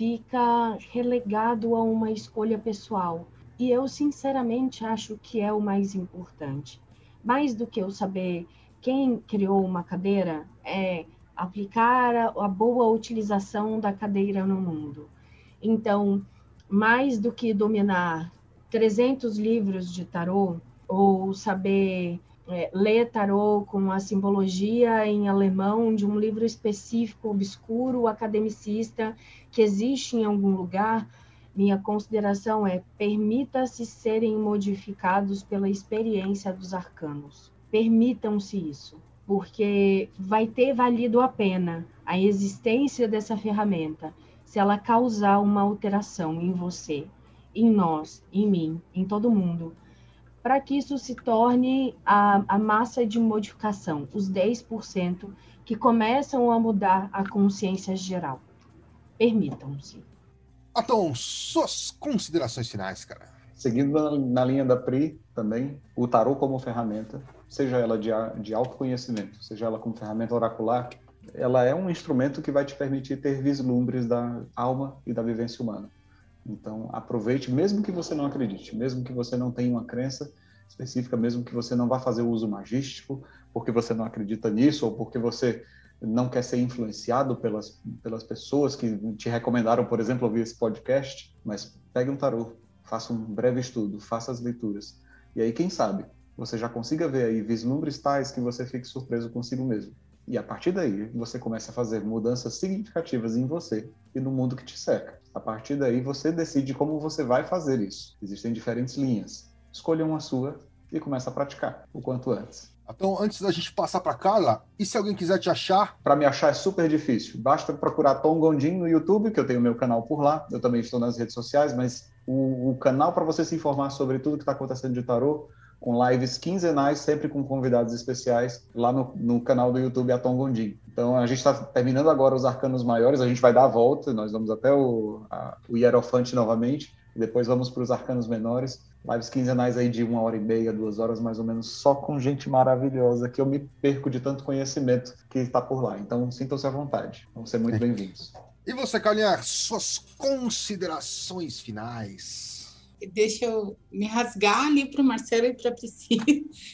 fica relegado a uma escolha pessoal. E eu, sinceramente, acho que é o mais importante. Mais do que eu saber quem criou uma cadeira, é aplicar a, a boa utilização da cadeira no mundo. Então, mais do que dominar trezentos livros de tarô, ou saber é, ler tarô com a simbologia em alemão de um livro específico, obscuro, academicista, que existe em algum lugar, minha consideração é: permita-se serem modificados pela experiência dos arcanos. Permitam-se isso, porque vai ter valido a pena a existência dessa ferramenta se ela causar uma alteração em você, em nós, em mim, em todo mundo, para que isso se torne a, a massa de modificação, os dez por cento que começam a mudar a consciência geral. Permitam-se. Então, suas considerações finais, cara. Seguindo na, na linha da Pri também, o tarô como ferramenta, seja ela de, de autoconhecimento, seja ela como ferramenta oracular, ela é um instrumento que vai te permitir ter vislumbres da alma e da vivência humana. Então, aproveite, mesmo que você não acredite, mesmo que você não tenha uma crença específica, mesmo que você não vá fazer o uso magístico, porque você não acredita nisso, ou porque você não quer ser influenciado pelas, pelas pessoas que te recomendaram, por exemplo, ouvir esse podcast, mas pegue um tarô, faça um breve estudo, faça as leituras. E aí, quem sabe, você já consiga ver aí vislumbres tais que você fique surpreso consigo mesmo. E a partir daí, você começa a fazer mudanças significativas em você e no mundo que te cerca. A partir daí, você decide como você vai fazer isso. Existem diferentes linhas. Escolha uma sua e começa a praticar o quanto antes. Então, antes da gente passar para Carla, e se alguém quiser te achar? Para me achar é super difícil. Basta procurar Tom Gondim no YouTube, que eu tenho meu canal por lá. Eu também estou nas redes sociais, mas o, o canal para você se informar sobre tudo que está acontecendo de tarô, com lives quinzenais, sempre com convidados especiais, lá no, no canal do YouTube, a Tom Gondim. Então, a gente está terminando agora os arcanos maiores, a gente vai dar a volta, nós vamos até o, a, o Hierofante novamente, e depois vamos para os arcanos menores. Lives quinzenais aí de uma hora e meia, duas horas mais ou menos, só com gente maravilhosa, que eu me perco de tanto conhecimento que está por lá. Então, sintam-se à vontade. Vão ser muito bem-vindos. E você, Carlinhos, suas considerações finais? Deixa eu me rasgar ali para o Marcelo e para a Priscila,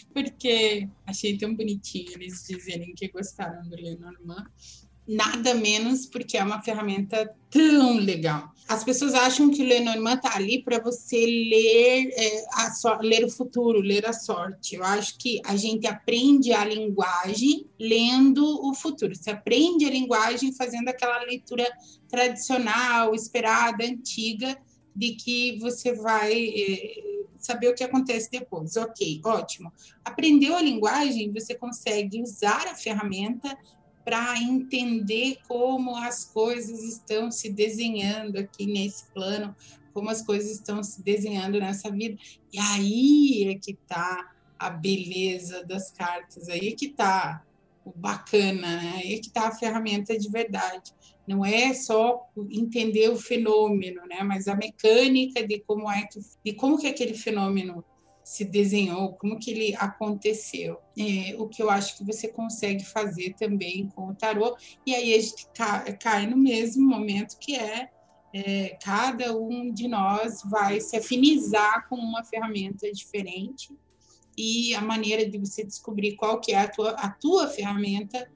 porque achei tão bonitinho eles dizerem que gostaram do Lenormand. Nada menos porque é uma ferramenta tão legal. As pessoas acham que o Lenormand está ali para você ler, é, a so- ler o futuro, ler a sorte. Eu acho que a gente aprende a linguagem lendo o futuro. Você aprende a linguagem fazendo aquela leitura tradicional, esperada, antiga, de que você vai é, saber o que acontece depois. Ok, ótimo. Aprendeu a linguagem, você consegue usar a ferramenta para entender como as coisas estão se desenhando aqui nesse plano, como as coisas estão se desenhando nessa vida. E aí é que está a beleza das cartas, aí é que está o bacana, né? Aí é que está a ferramenta de verdade. Não é só entender o fenômeno, né? Mas a mecânica de como é que, de como que aquele fenômeno se desenhou, como que ele aconteceu. É, o que eu acho que você consegue fazer também com o tarô. E aí a gente cai, cai no mesmo momento que é, é cada um de nós vai se afinizar com uma ferramenta diferente, e a maneira de você descobrir qual que é a tua, a tua ferramenta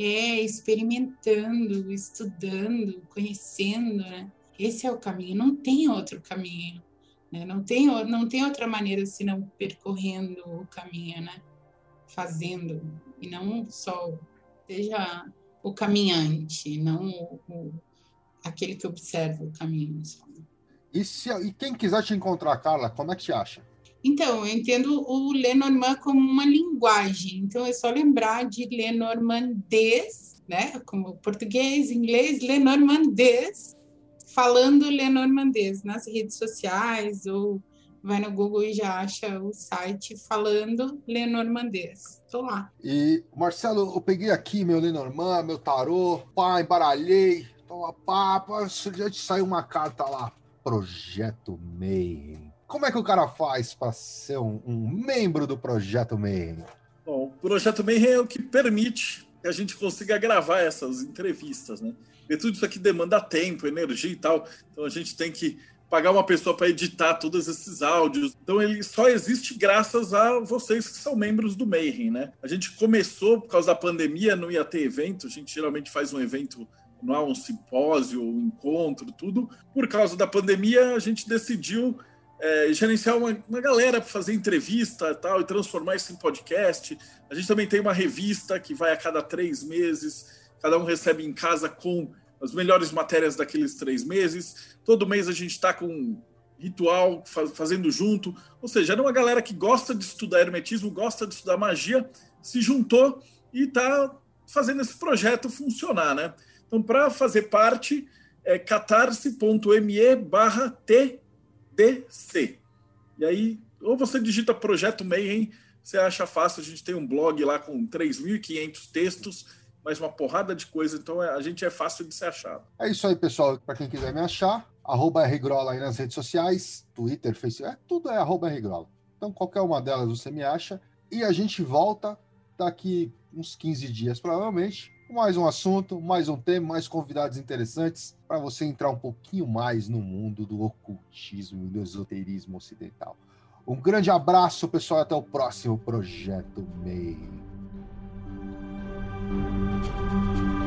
é experimentando, estudando, conhecendo, né? Esse é o caminho, não tem outro caminho. Não tem, não tem outra maneira senão percorrendo o caminho, né? Fazendo, e não só seja o caminhante, não o, o, aquele que observa o caminho. Só. E, se, e quem quiser te encontrar, Carla, como é que te acha? Então, eu entendo o Lenormand como uma linguagem. Então, é só lembrar de Lenormandês, né? Como português, inglês, Lenormandês, falando lenormandês nas redes sociais, ou vai no Google e já acha o site falando lenormandês. Estou lá. E, Marcelo, eu peguei aqui meu Lenormand, meu tarô, pá, embaralhei, toma papo, a gente saiu uma carta lá, Projeto Mayhem. Como é que o cara faz para ser um, um membro do Projeto Mayhem? Bom, o Projeto Mayhem é o que permite que a gente consiga gravar essas entrevistas, né? E tudo isso aqui demanda tempo, energia e tal, então a gente tem que pagar uma pessoa para editar todos esses áudios. Então ele só existe graças a vocês que são membros do Mayhem, né? A gente começou por causa da pandemia, não ia ter evento, a gente geralmente faz um evento anual, um simpósio, um encontro, tudo. Por causa da pandemia, a gente decidiu é, gerenciar uma, uma galera para fazer entrevista e tal, e transformar isso em podcast. A gente também tem uma revista que vai a cada três meses, cada um recebe em casa com as melhores matérias daqueles três meses. Todo mês a gente está com um ritual faz, fazendo junto. Ou seja, era uma galera que gosta de estudar hermetismo, gosta de estudar magia, se juntou e está fazendo esse projeto funcionar, né? Então, para fazer parte, é catarse.me barra T D C. E aí, ou você digita Projeto Mayhem, você acha fácil. A gente tem um blog lá com três mil e quinhentos textos, mais uma porrada de coisa, então a gente é fácil de ser achado. É isso aí, pessoal. Para quem quiser me achar, arroba rgrola aí nas redes sociais, Twitter, Facebook, é, tudo é arroba rgrola. Então, qualquer uma delas você me acha. E a gente volta daqui uns quinze dias, provavelmente, com mais um assunto, mais um tema, mais convidados interessantes, para você entrar um pouquinho mais no mundo do ocultismo e do esoterismo ocidental. Um grande abraço, pessoal, e até o próximo Projeto Mayhem. Thank you.